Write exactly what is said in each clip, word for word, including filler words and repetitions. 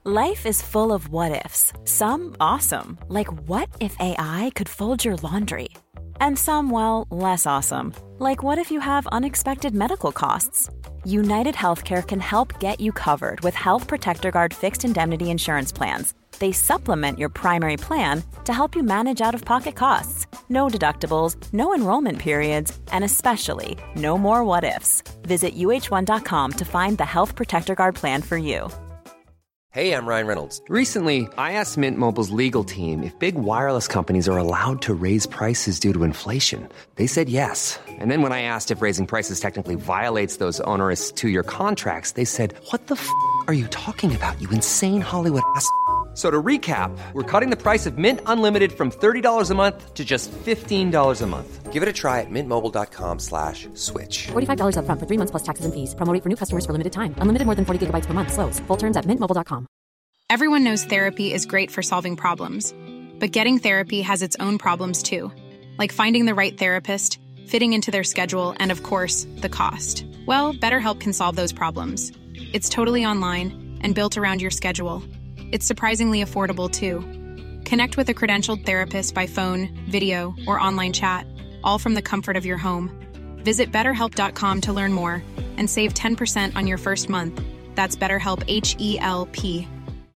Life is full of what-ifs. Some awesome, like what if A I could fold your laundry? And some, well, less awesome, like what if you have unexpected medical costs? United Healthcare can help get you covered with Health Protector Guard fixed indemnity insurance plans. They supplement your primary plan to help you manage out-of-pocket costs. No deductibles, no enrollment periods, and especially no more what-ifs. Visit U H one dot com to find the Health Protector Guard plan for you. Hey, I'm Ryan Reynolds. Recently, I asked Mint Mobile's legal team if big wireless companies are allowed to raise prices due to inflation. They said yes. And then when I asked if raising prices technically violates those onerous two-year contracts, they said, what the f*** are you talking about, you insane Hollywood ass f- So to recap, we're cutting the price of Mint Unlimited from thirty dollars a month to just fifteen dollars a month. Give it a try at mintmobile.com slash switch. forty-five dollars up front for three months plus taxes and fees. Promo rate for new customers for limited time. Unlimited more than forty gigabytes per month. Slows full terms at mint mobile dot com. Everyone knows therapy is great for solving problems. But getting therapy has its own problems too. Like finding the right therapist, fitting into their schedule, and of course, the cost. Well, BetterHelp can solve those problems. It's totally online and built around your schedule. It's surprisingly affordable, too. Connect with a credentialed therapist by phone, video, or online chat, all from the comfort of your home. Visit better help dot com to learn more and save ten percent on your first month. That's BetterHelp, H E L P.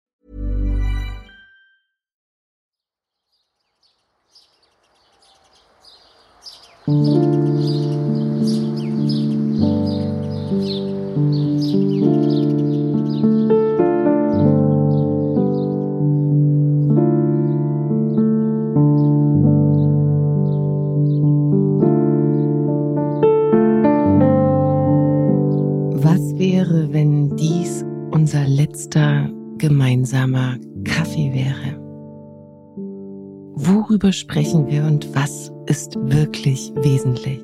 Was wäre, wenn dies unser letzter gemeinsamer Kaffee wäre? Worüber sprechen wir und was ist wirklich wesentlich?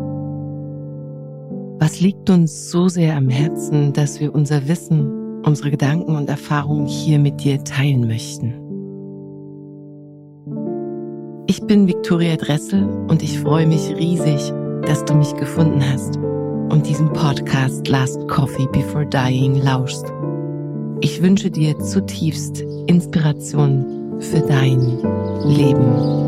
Was liegt uns so sehr am Herzen, dass wir unser Wissen, unsere Gedanken und Erfahrungen hier mit dir teilen möchten? Ich bin Viktoria Dressel und ich freue mich riesig, dass du mich gefunden hast und diesem Podcast Last Coffee Before Dying lauschst. Ich wünsche dir zutiefst Inspiration für dein Leben.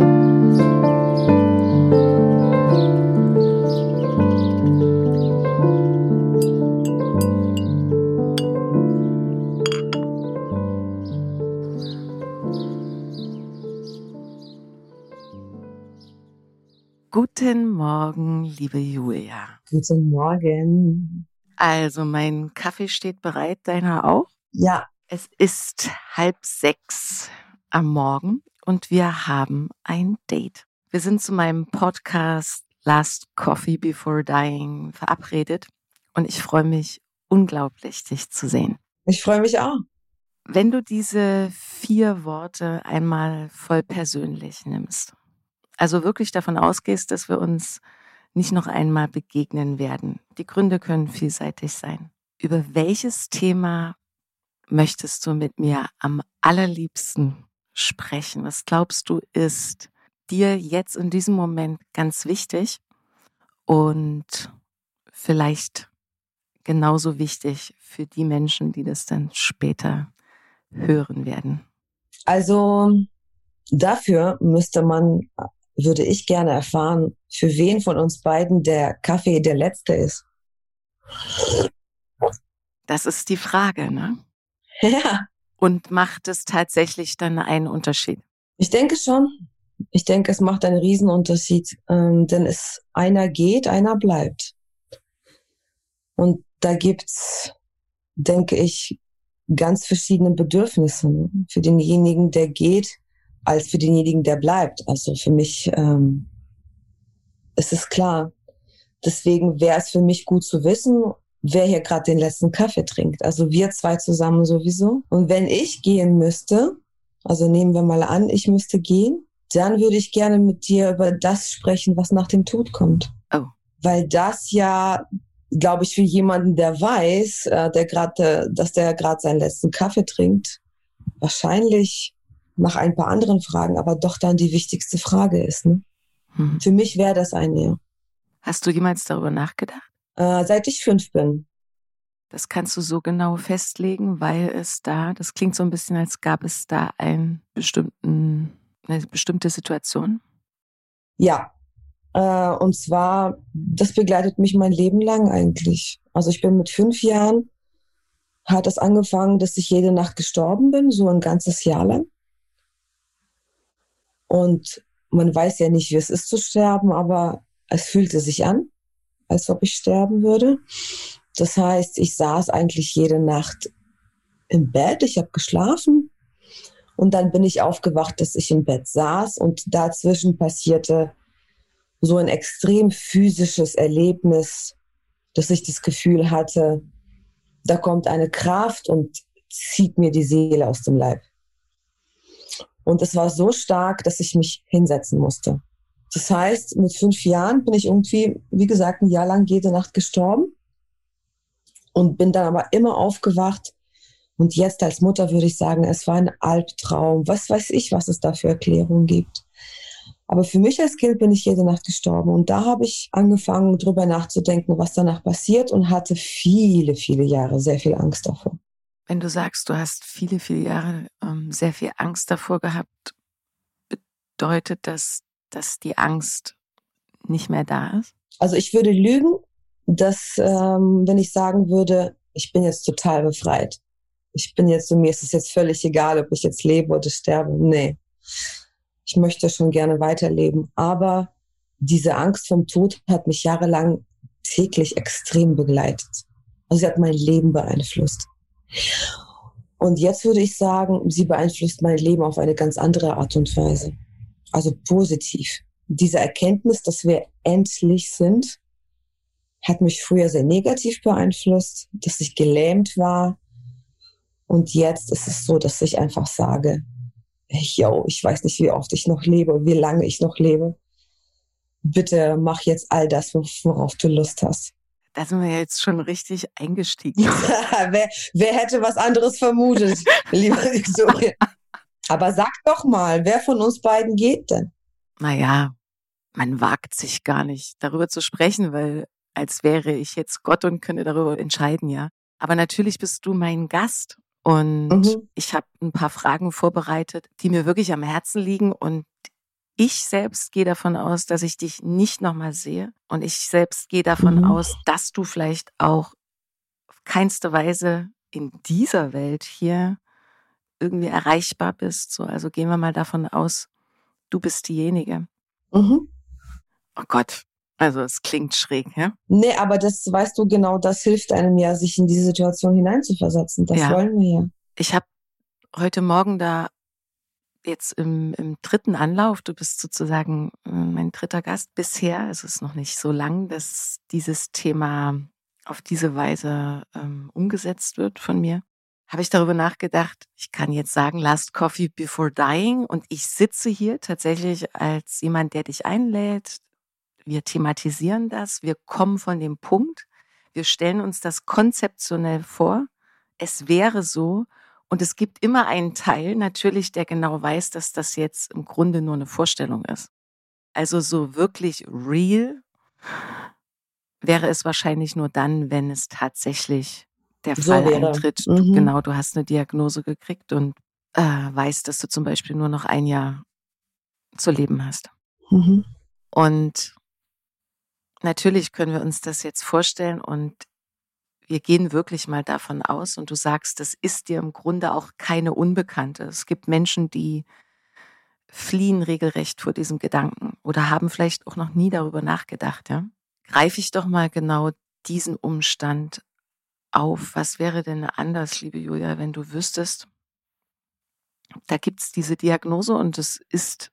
Guten Morgen, liebe Julia. Guten Morgen. Also, mein Kaffee steht bereit, deiner auch? Ja. Es ist halb sechs am Morgen und wir haben ein Date. Wir sind zu meinem Podcast Last Coffee Before Dying verabredet und ich freue mich unglaublich, dich zu sehen. Ich freue mich auch. Wenn du diese vier Worte einmal voll persönlich nimmst, also wirklich davon ausgehst, dass wir uns nicht noch einmal begegnen werden. Die Gründe können vielseitig sein. Über welches Thema möchtest du mit mir am allerliebsten sprechen? Was glaubst du, ist dir jetzt in diesem Moment ganz wichtig und vielleicht genauso wichtig für die Menschen, die das dann später hören werden? Also dafür müsste man, würde ich gerne erfahren, für wen von uns beiden der Kaffee der letzte ist. Das ist die Frage, ne? Ja. Und macht es tatsächlich dann einen Unterschied? Ich denke schon. Ich denke, es macht einen Riesenunterschied, ähm, denn es einer geht, einer bleibt. Und da gibt's, denke ich, ganz verschiedene Bedürfnisse, ne? Für denjenigen, der geht, als für denjenigen, der bleibt. Also für mich ähm, ist es klar. Deswegen wäre es für mich gut zu wissen, wer hier gerade den letzten Kaffee trinkt. Also wir zwei zusammen sowieso. Und wenn ich gehen müsste, also nehmen wir mal an, ich müsste gehen, dann würde ich gerne mit dir über das sprechen, was nach dem Tod kommt. Oh. Weil das ja, glaube ich, für jemanden, der weiß, äh, der gerade, dass der gerade seinen letzten Kaffee trinkt, wahrscheinlich nach ein paar anderen Fragen, aber doch dann die wichtigste Frage ist. Ne? Hm. Für mich wäre das eine. Ja. Hast du jemals darüber nachgedacht? Äh, seit ich fünf bin. Das kannst du so genau festlegen, weil es da, das klingt so ein bisschen, als gab es da einen bestimmten, eine bestimmte Situation. Ja, äh, und zwar, das begleitet mich mein Leben lang eigentlich. Also ich bin mit fünf Jahren, hat es angefangen, dass ich jede Nacht gestorben bin, so ein ganzes Jahr lang. Und man weiß ja nicht, wie es ist zu sterben, aber es fühlte sich an, als ob ich sterben würde. Das heißt, ich saß eigentlich jede Nacht im Bett, ich habe geschlafen und dann bin ich aufgewacht, dass ich im Bett saß und dazwischen passierte so ein extrem physisches Erlebnis, dass ich das Gefühl hatte, da kommt eine Kraft und zieht mir die Seele aus dem Leib. Und es war so stark, dass ich mich hinsetzen musste. Das heißt, mit fünf Jahren bin ich irgendwie, wie gesagt, ein Jahr lang jede Nacht gestorben und bin dann aber immer aufgewacht. Und jetzt als Mutter würde ich sagen, es war ein Albtraum. Was weiß ich, was es da für Erklärungen gibt. Aber für mich als Kind bin ich jede Nacht gestorben. Und da habe ich angefangen, drüber nachzudenken, was danach passiert und hatte viele, viele Jahre sehr viel Angst davor. Wenn du sagst, du hast viele, viele Jahre ähm, sehr viel Angst davor gehabt, bedeutet das, dass die Angst nicht mehr da ist? Also ich würde lügen, dass ähm, wenn ich sagen würde, ich bin jetzt total befreit. Ich bin jetzt so, mir ist es jetzt völlig egal, ob ich jetzt lebe oder sterbe. Nee, ich möchte schon gerne weiterleben. Aber diese Angst vom Tod hat mich jahrelang täglich extrem begleitet. Also sie hat mein Leben beeinflusst. Und jetzt würde ich sagen, sie beeinflusst mein Leben auf eine ganz andere Art und Weise. Also positiv. Diese Erkenntnis, dass wir endlich sind, hat mich früher sehr negativ beeinflusst, dass ich gelähmt war. Und jetzt ist es so, dass ich einfach sage, yo, ich weiß nicht, wie oft ich noch lebe, wie lange ich noch lebe. Bitte mach jetzt all das, worauf du Lust hast. Da sind wir jetzt schon richtig eingestiegen. wer, wer hätte was anderes vermutet, liebe Victoria? Aber sag doch mal, wer von uns beiden geht denn? Naja, man wagt sich gar nicht, darüber zu sprechen, weil als wäre ich jetzt Gott und könnte darüber entscheiden, ja. Aber natürlich bist du mein Gast und mhm. ich habe ein paar Fragen vorbereitet, die mir wirklich am Herzen liegen und ich selbst gehe davon aus, dass ich dich nicht nochmal sehe und ich selbst gehe davon mhm. aus, dass du vielleicht auch auf keinste Weise in dieser Welt hier irgendwie erreichbar bist. So, also gehen wir mal davon aus, du bist diejenige. Mhm. Oh Gott, also es klingt schräg, ja? Nee, aber das, weißt du, genau das hilft einem ja, sich in diese Situation hineinzuversetzen. Das ja. wollen wir ja. Ich habe heute Morgen da jetzt im, im dritten Anlauf, du bist sozusagen mein dritter Gast bisher, es ist noch nicht so lang, dass dieses Thema auf diese Weise ähm, umgesetzt wird von mir, habe ich darüber nachgedacht, ich kann jetzt sagen, last coffee before dying und ich sitze hier tatsächlich als jemand, der dich einlädt. Wir thematisieren das, wir kommen von dem Punkt, wir stellen uns das konzeptionell vor, es wäre so. Und es gibt immer einen Teil, natürlich, der genau weiß, dass das jetzt im Grunde nur eine Vorstellung ist. Also so wirklich real wäre es wahrscheinlich nur dann, wenn es tatsächlich der so Fall wäre. eintritt. Mhm. Du, genau, du hast eine Diagnose gekriegt und äh, weißt, dass du zum Beispiel nur noch ein Jahr zu leben hast. Mhm. Und natürlich können wir uns das jetzt vorstellen und wir gehen wirklich mal davon aus und du sagst, das ist dir im Grunde auch keine Unbekannte. Es gibt Menschen, die fliehen regelrecht vor diesem Gedanken oder haben vielleicht auch noch nie darüber nachgedacht. Ja? Greife ich doch mal genau diesen Umstand auf. Was wäre denn anders, liebe Julia, wenn du wüsstest, da gibt es diese Diagnose und es ist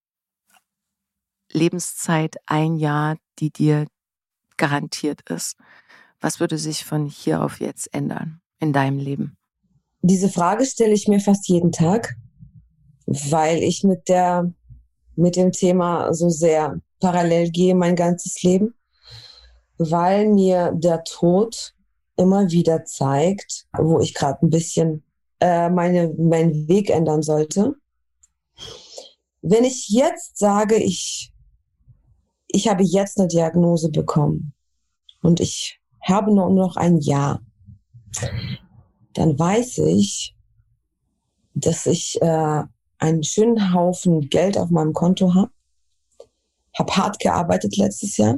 Lebenszeit ein Jahr, die dir garantiert ist. Was würde sich von hier auf jetzt ändern in deinem Leben? Diese Frage stelle ich mir fast jeden Tag, weil ich mit der, mit dem Thema so sehr parallel gehe mein ganzes Leben, weil mir der Tod immer wieder zeigt, wo ich gerade ein bisschen äh, meine, meinen Weg ändern sollte. Wenn ich jetzt sage, ich, ich habe jetzt eine Diagnose bekommen und ich habe nur noch ein Jahr, dann weiß ich, dass ich äh, einen schönen Haufen Geld auf meinem Konto habe, habe hart gearbeitet letztes Jahr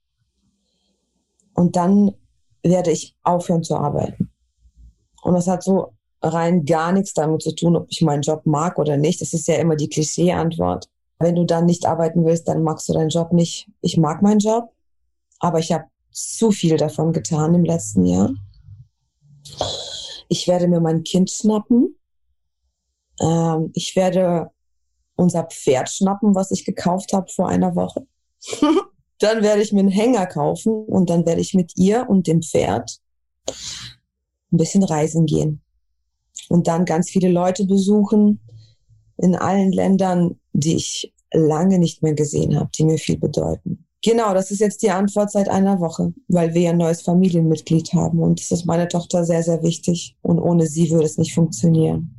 und dann werde ich aufhören zu arbeiten. Und das hat so rein gar nichts damit zu tun, ob ich meinen Job mag oder nicht. Das ist ja immer die Klischee-Antwort. Wenn du dann nicht arbeiten willst, dann magst du deinen Job nicht. Ich mag meinen Job, aber ich habe zu viel davon getan im letzten Jahr. Ich werde mir mein Kind schnappen. Ähm, ich werde unser Pferd schnappen, was ich gekauft habe vor einer Woche. Dann werde ich mir einen Hänger kaufen und dann werde ich mit ihr und dem Pferd ein bisschen reisen gehen. Und dann ganz viele Leute besuchen in allen Ländern, die ich lange nicht mehr gesehen habe, die mir viel bedeuten. Genau, das ist jetzt die Antwort seit einer Woche, weil wir ein neues Familienmitglied haben und das ist meiner Tochter sehr, sehr wichtig und ohne sie würde es nicht funktionieren.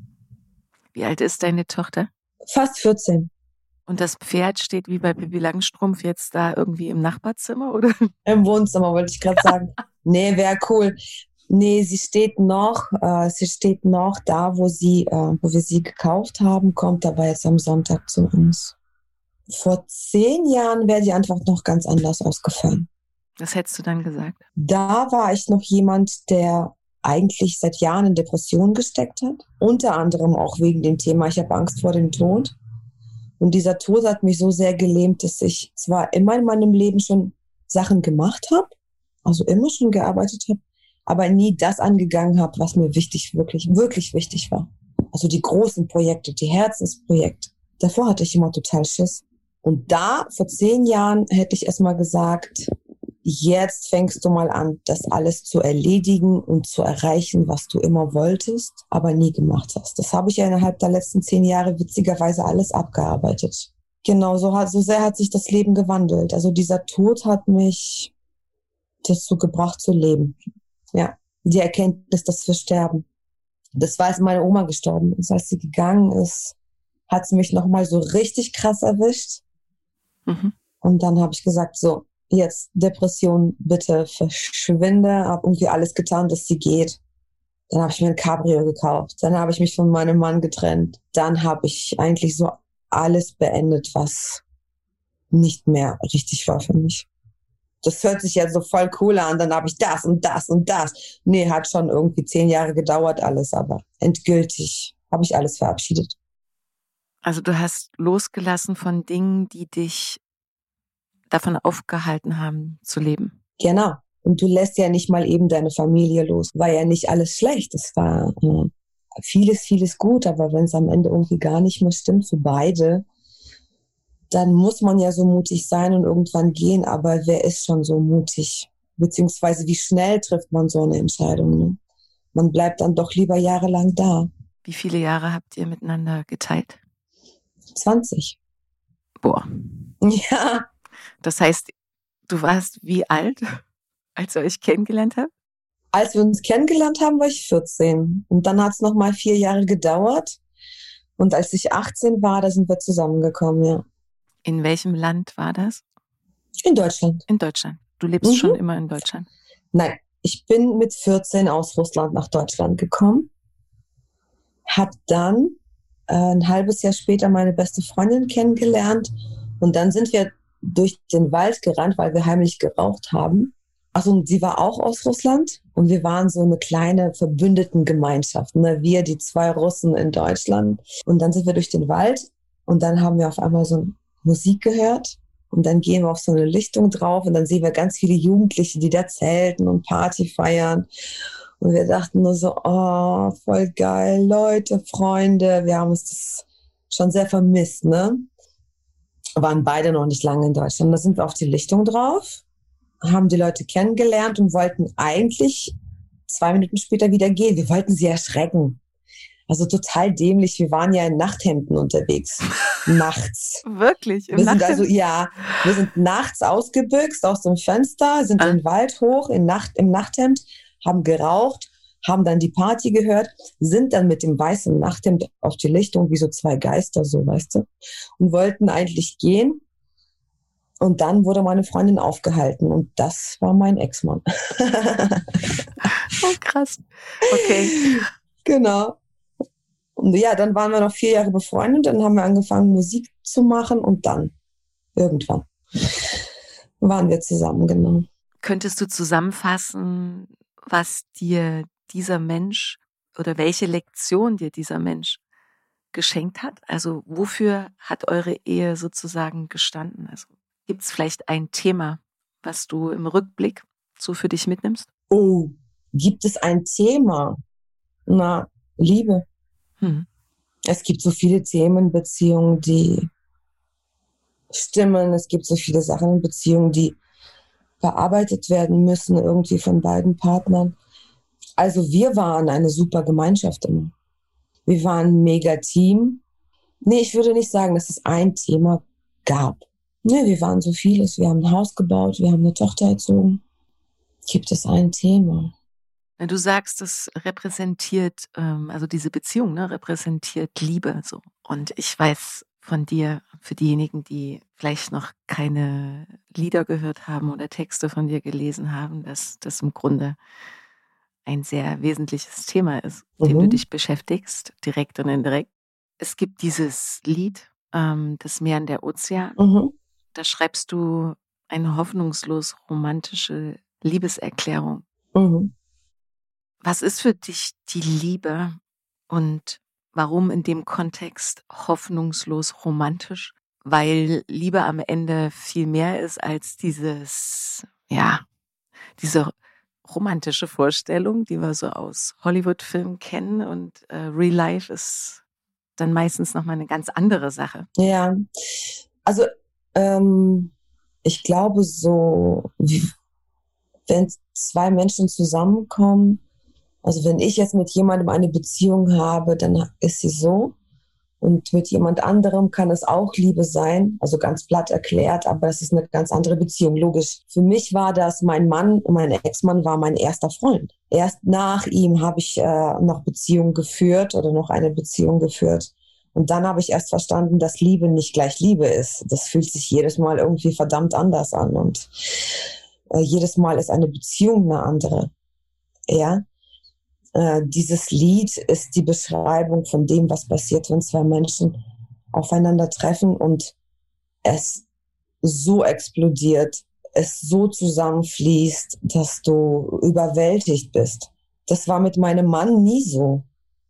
Wie alt ist deine Tochter? Fast vierzehn. Und das Pferd steht wie bei Pippi Langstrumpf jetzt da irgendwie im Nachbarzimmer, oder? Im Wohnzimmer, wollte ich gerade sagen. Nee, wäre cool. Nee, sie steht noch, äh, sie steht noch da, wo sie, äh, wo wir sie gekauft haben, kommt aber jetzt am Sonntag zu uns. Vor zehn Jahren wäre die Antwort noch ganz anders ausgefallen. Was hättest du dann gesagt? Da war ich noch jemand, der eigentlich seit Jahren in Depressionen gesteckt hat. Unter anderem auch wegen dem Thema, ich habe Angst vor dem Tod. Und dieser Tod hat mich so sehr gelähmt, dass ich zwar immer in meinem Leben schon Sachen gemacht habe, also immer schon gearbeitet habe, aber nie das angegangen habe, was mir wichtig, wirklich, wirklich wichtig war. Also die großen Projekte, die Herzensprojekte. Davor hatte ich immer total Schiss. Und da, vor zehn Jahren, hätte ich erst mal gesagt, jetzt fängst du mal an, das alles zu erledigen und zu erreichen, was du immer wolltest, aber nie gemacht hast. Das habe ich ja innerhalb der letzten zehn Jahre witzigerweise alles abgearbeitet. Genau, so, hat, so sehr hat sich das Leben gewandelt. Also dieser Tod hat mich dazu gebracht zu leben. Ja, die Erkenntnis, dass wir sterben. Das war, als meine Oma gestorben ist. Als sie gegangen ist, hat sie mich nochmal so richtig krass erwischt. Mhm. Und dann habe ich gesagt, so, jetzt Depression, bitte verschwinde. Habe irgendwie alles getan, dass sie geht. Dann habe ich mir ein Cabrio gekauft. Dann habe ich mich von meinem Mann getrennt. Dann habe ich eigentlich so alles beendet, was nicht mehr richtig war für mich. Das hört sich ja so voll cool an, dann habe ich das und das und das. Nee, hat schon irgendwie zehn Jahre gedauert alles, aber endgültig habe ich alles verabschiedet. Also du hast losgelassen von Dingen, die dich davon aufgehalten haben, zu leben. Genau. Und du lässt ja nicht mal eben deine Familie los. War ja nicht alles schlecht. Es war äh, vieles, vieles gut, aber wenn es am Ende irgendwie gar nicht mehr stimmt für beide, dann muss man ja so mutig sein und irgendwann gehen. Aber wer ist schon so mutig? Beziehungsweise wie schnell trifft man so eine Entscheidung? Ne? Man bleibt dann doch lieber jahrelang da. Wie viele Jahre habt ihr miteinander geteilt? zwanzig. Boah. Ja. Das heißt, du warst wie alt, als ihr euch kennengelernt habt? Als wir uns kennengelernt haben, war ich vierzehn. Und dann hat es nochmal vier Jahre gedauert. Und als ich achtzehn war, da sind wir zusammengekommen, ja. In welchem Land war das? In Deutschland. In Deutschland. Du lebst Mhm. schon immer in Deutschland? Nein, ich bin mit vierzehn aus Russland nach Deutschland gekommen. Hab dann äh, ein halbes Jahr später meine beste Freundin kennengelernt. Und dann sind wir durch den Wald gerannt, weil wir heimlich geraucht haben. Also und sie war auch aus Russland und wir waren so eine kleine Verbündetengemeinschaft. Ne? Wir, die zwei Russen in Deutschland. Und dann sind wir durch den Wald und dann haben wir auf einmal so Musik gehört und dann gehen wir auf so eine Lichtung drauf und dann sehen wir ganz viele Jugendliche, die da zelten und Party feiern. Und wir dachten nur so, oh, voll geil, Leute, Freunde. Wir haben uns das schon sehr vermisst, ne? Waren beide noch nicht lange in Deutschland. Da sind wir auf die Lichtung drauf, haben die Leute kennengelernt und wollten eigentlich zwei Minuten später wieder gehen. Wir wollten sie erschrecken. Also total dämlich. Wir waren ja in Nachthemden unterwegs. Nachts. Wirklich? Im wir sind Nachthemd? also, ja, wir sind nachts ausgebüxt aus dem Fenster, sind Ah. in den Wald hoch in Nacht, im Nachthemd, haben geraucht, haben dann die Party gehört, sind dann mit dem weißen Nachthemd auf die Lichtung wie so zwei Geister, so, weißt du, und wollten eigentlich gehen. Und dann wurde meine Freundin aufgehalten und das war mein Ex-Mann. Oh, krass. Okay. Genau. Und ja, dann waren wir noch vier Jahre befreundet, dann haben wir angefangen, Musik zu machen und dann, irgendwann, waren wir zusammen, genau. Könntest du zusammenfassen, was dir dieser Mensch oder welche Lektion dir dieser Mensch geschenkt hat? Also wofür hat eure Ehe sozusagen gestanden? Also gibt es vielleicht ein Thema, was du im Rückblick so für dich mitnimmst? Oh, gibt es ein Thema? Na, Liebe. Hm. Es gibt so viele Themen in Beziehungen, die stimmen. Es gibt so viele Sachen in Beziehungen, die bearbeitet werden müssen, irgendwie von beiden Partnern. Also wir waren eine super Gemeinschaft immer. Wir waren ein mega Team. Nee, ich würde nicht sagen, dass es ein Thema gab. Nee, wir waren so vieles. Wir haben ein Haus gebaut, wir haben eine Tochter erzogen. Gibt es ein Thema? Du sagst, das repräsentiert, also diese Beziehung, ne, repräsentiert Liebe so. Und ich weiß von dir, für diejenigen, die vielleicht noch keine Lieder gehört haben oder Texte von dir gelesen haben, dass das im Grunde ein sehr wesentliches Thema ist, mit dem Mhm. du dich beschäftigst, direkt und indirekt. Es gibt dieses Lied, ähm, Das Meer und der Ozean. Mhm. Da schreibst du eine hoffnungslos romantische Liebeserklärung. Mhm. Was ist für dich die Liebe und warum in dem Kontext hoffnungslos romantisch? Weil Liebe am Ende viel mehr ist als dieses, ja, diese romantische Vorstellung, die wir so aus Hollywood-Filmen kennen, und äh, Real Life ist dann meistens nochmal eine ganz andere Sache. Ja, also ähm, ich glaube so, wie, wenn zwei Menschen zusammenkommen, also wenn ich jetzt mit jemandem eine Beziehung habe, dann ist sie so. Und mit jemand anderem kann es auch Liebe sein, also ganz platt erklärt, aber es ist eine ganz andere Beziehung, logisch. Für mich war das, mein Mann, mein Ex-Mann war mein erster Freund. Erst nach ihm habe ich äh, noch Beziehungen geführt oder noch eine Beziehung geführt. Und dann habe ich erst verstanden, dass Liebe nicht gleich Liebe ist. Das fühlt sich jedes Mal irgendwie verdammt anders an. Und äh, jedes Mal ist eine Beziehung eine andere. Ja. Äh, dieses Lied ist die Beschreibung von dem, was passiert, wenn zwei Menschen aufeinandertreffen und es so explodiert, es so zusammenfließt, dass du überwältigt bist. Das war mit meinem Mann nie so.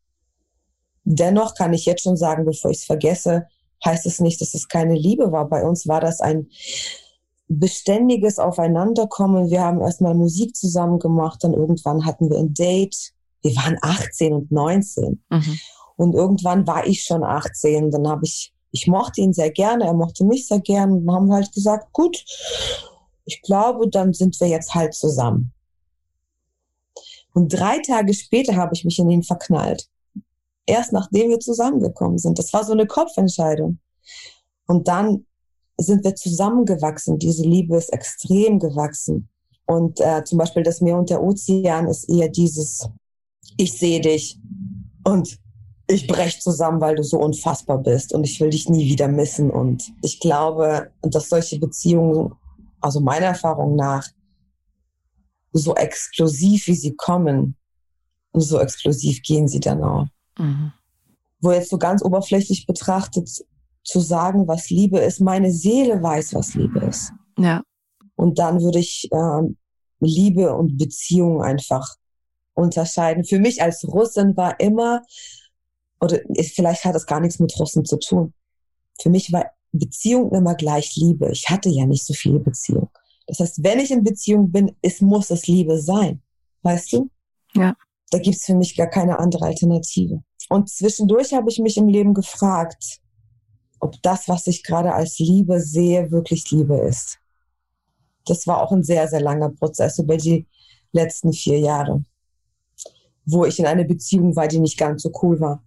Dennoch kann ich jetzt schon sagen, bevor ich es vergesse, heißt es nicht, dass es keine Liebe war. Bei uns war das ein beständiges Aufeinanderkommen. Wir haben erstmal Musik zusammen gemacht, dann irgendwann hatten wir ein Date. Wir waren achtzehn und neunzehn. Mhm. Und irgendwann war ich schon achtzehn. Dann habe ich, ich mochte ihn sehr gerne, er mochte mich sehr gerne. Und dann haben wir halt gesagt, gut, ich glaube, dann sind wir jetzt halt zusammen. Und drei Tage später habe ich mich in ihn verknallt. Erst nachdem wir zusammengekommen sind. Das war so eine Kopfentscheidung. Und dann sind wir zusammengewachsen. Diese Liebe ist extrem gewachsen. Und äh, zum Beispiel das Meer und der Ozean ist eher dieses, ich sehe dich und ich brech zusammen, weil du so unfassbar bist und ich will dich nie wieder missen. Und ich glaube, dass solche Beziehungen, also meiner Erfahrung nach, so explosiv wie sie kommen, so explosiv gehen sie dann auch. Mhm. Wo jetzt so ganz oberflächlich betrachtet zu sagen, was Liebe ist, meine Seele weiß, was Liebe ist. Ja. Und dann würde ich äh, Liebe und Beziehung einfach unterscheiden. Für mich als Russin war immer, oder vielleicht hat das gar nichts mit Russen zu tun, für mich war Beziehung immer gleich Liebe. Ich hatte ja nicht so viele Beziehungen. Das heißt, wenn ich in Beziehung bin, es muss es Liebe sein. Weißt du? Ja. Da gibt es für mich gar keine andere Alternative. Und zwischendurch habe ich mich im Leben gefragt, ob das, was ich gerade als Liebe sehe, wirklich Liebe ist. Das war auch ein sehr, sehr langer Prozess über die letzten vier Jahre, wo ich in einer Beziehung war, die nicht ganz so cool war.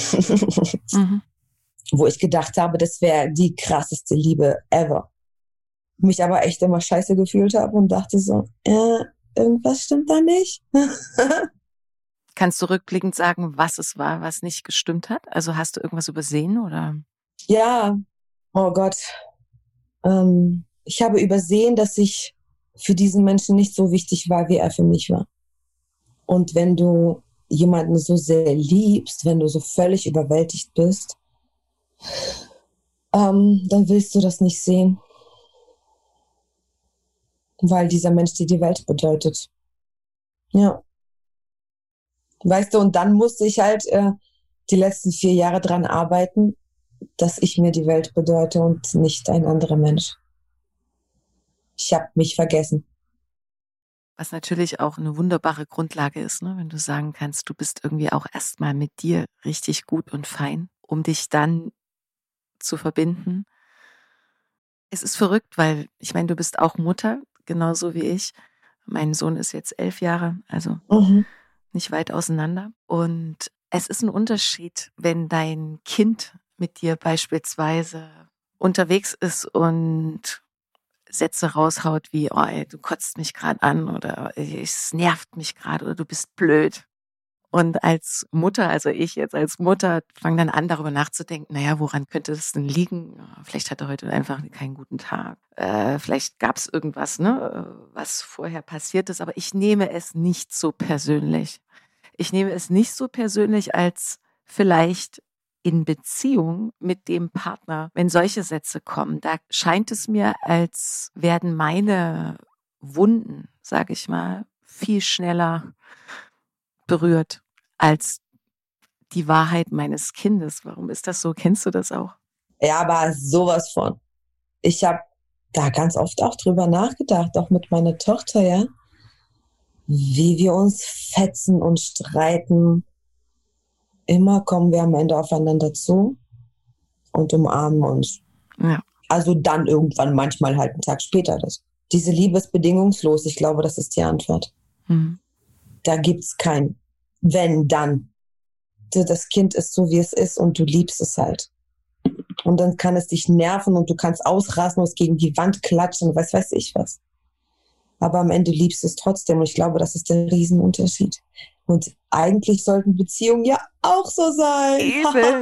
Mhm. Wo ich gedacht habe, das wäre die krasseste Liebe ever. Mich aber echt immer scheiße gefühlt habe und dachte so, äh, irgendwas stimmt da nicht. Kannst du rückblickend sagen, was es war, was nicht gestimmt hat? Also hast du irgendwas übersehen oder? Ja, oh Gott. Ähm, ich habe übersehen, dass ich für diesen Menschen nicht so wichtig war, wie er für mich war. Und wenn du jemanden so sehr liebst, wenn du so völlig überwältigt bist, ähm, dann willst du das nicht sehen. Weil dieser Mensch dir die Welt bedeutet. Ja. Weißt du, und dann musste ich halt äh, die letzten vier Jahre dran arbeiten, dass ich mir die Welt bedeute und nicht ein anderer Mensch. Ich habe mich vergessen. Was natürlich auch eine wunderbare Grundlage ist, ne? Wenn du sagen kannst, du bist irgendwie auch erstmal mit dir richtig gut und fein, um dich dann zu verbinden. Es ist verrückt, weil ich meine, du bist auch Mutter, genauso wie ich. Mein Sohn ist jetzt elf Jahre, also Mhm. nicht weit auseinander. Und es ist ein Unterschied, wenn dein Kind mit dir beispielsweise unterwegs ist und Sätze raushaut wie, oh, ey, du kotzt mich gerade an oder es nervt mich gerade oder du bist blöd. Und als Mutter, also ich jetzt als Mutter, fange dann an, darüber nachzudenken, naja, woran könnte es denn liegen? Vielleicht hat er heute einfach keinen guten Tag. Äh, vielleicht gab es irgendwas, ne, was vorher passiert ist, aber ich nehme es nicht so persönlich. Ich nehme es nicht so persönlich als vielleicht in Beziehung mit dem Partner, wenn solche Sätze kommen. Da scheint es mir, als werden meine Wunden, sage ich mal, viel schneller berührt als die Wahrheit meines Kindes. Warum ist das so? Kennst du das auch? Ja, aber sowas von. Ich habe da ganz oft auch drüber nachgedacht, auch mit meiner Tochter, ja, wie wir uns fetzen und streiten. Immer kommen wir am Ende aufeinander zu und umarmen uns. Ja. Also dann irgendwann, manchmal halt einen Tag später. Das. Diese Liebe ist bedingungslos. Ich glaube, das ist die Antwort. Mhm. Da gibt's kein wenn, dann. Das Kind ist so, wie es ist und du liebst es halt. Und dann kann es dich nerven und du kannst ausrasten und es gegen die Wand klatschen und was weiß ich was. Aber am Ende liebst du es trotzdem und ich glaube, das ist der Riesenunterschied. Und eigentlich sollten Beziehungen ja auch so sein. Eben.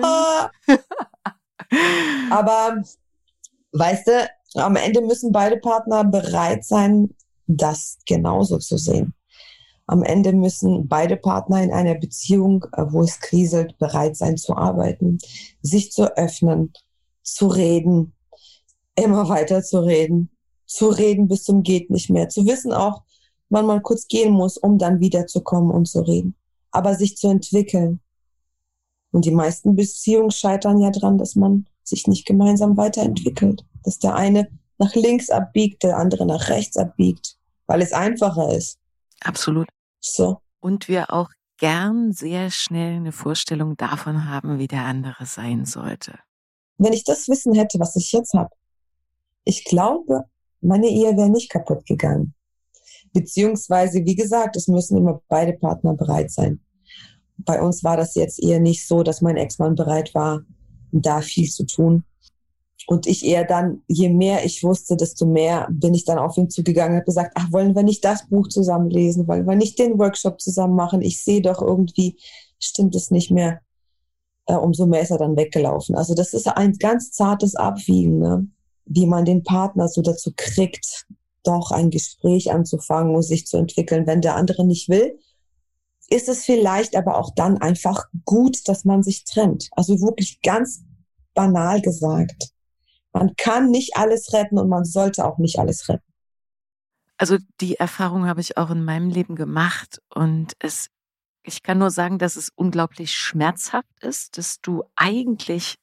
Aber, weißt du, am Ende müssen beide Partner bereit sein, das genauso zu sehen. Am Ende müssen beide Partner in einer Beziehung, wo es kriselt, bereit sein zu arbeiten, sich zu öffnen, zu reden, immer weiter zu reden, zu reden bis zum geht nicht mehr, zu wissen auch, wann man kurz gehen muss, um dann wiederzukommen und zu reden, aber sich zu entwickeln. Und die meisten Beziehungen scheitern ja dran, dass man sich nicht gemeinsam weiterentwickelt, dass der eine nach links abbiegt, der andere nach rechts abbiegt, weil es einfacher ist. Absolut. So. Und wir auch gern sehr schnell eine Vorstellung davon haben, wie der andere sein sollte. Wenn ich das Wissen hätte, was ich jetzt habe, ich glaube, meine Ehe wäre nicht kaputt gegangen. Beziehungsweise, wie gesagt, es müssen immer beide Partner bereit sein. Bei uns war das jetzt eher nicht so, dass mein Ex-Mann bereit war, da viel zu tun. Und ich eher dann, je mehr ich wusste, desto mehr bin ich dann auf ihn zugegangen und habe gesagt, ach, wollen wir nicht das Buch zusammen lesen? Wollen wir nicht den Workshop zusammen machen? Ich sehe doch irgendwie, stimmt es nicht mehr. Äh, umso mehr ist er dann weggelaufen. Also das ist ein ganz zartes Abwiegen, ne? Wie man den Partner so dazu kriegt, doch ein Gespräch anzufangen und sich zu entwickeln. Wenn der andere nicht will, ist es vielleicht aber auch dann einfach gut, dass man sich trennt. Also wirklich ganz banal gesagt. Man kann nicht alles retten und man sollte auch nicht alles retten. Also die Erfahrung habe ich auch in meinem Leben gemacht und es, ich kann nur sagen, dass es unglaublich schmerzhaft ist, dass du eigentlich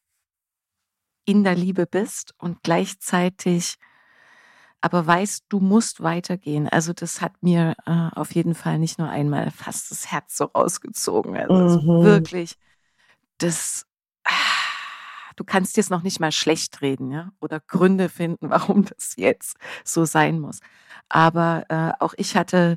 in der Liebe bist und gleichzeitig aber weißt, du musst weitergehen. Also das hat mir äh, auf jeden Fall nicht nur einmal fast das Herz so rausgezogen. Also Mhm. es wirklich, das, ah, du kannst dir es noch nicht mal schlecht reden, ja, oder Gründe finden, warum das jetzt so sein muss. Aber äh, auch ich hatte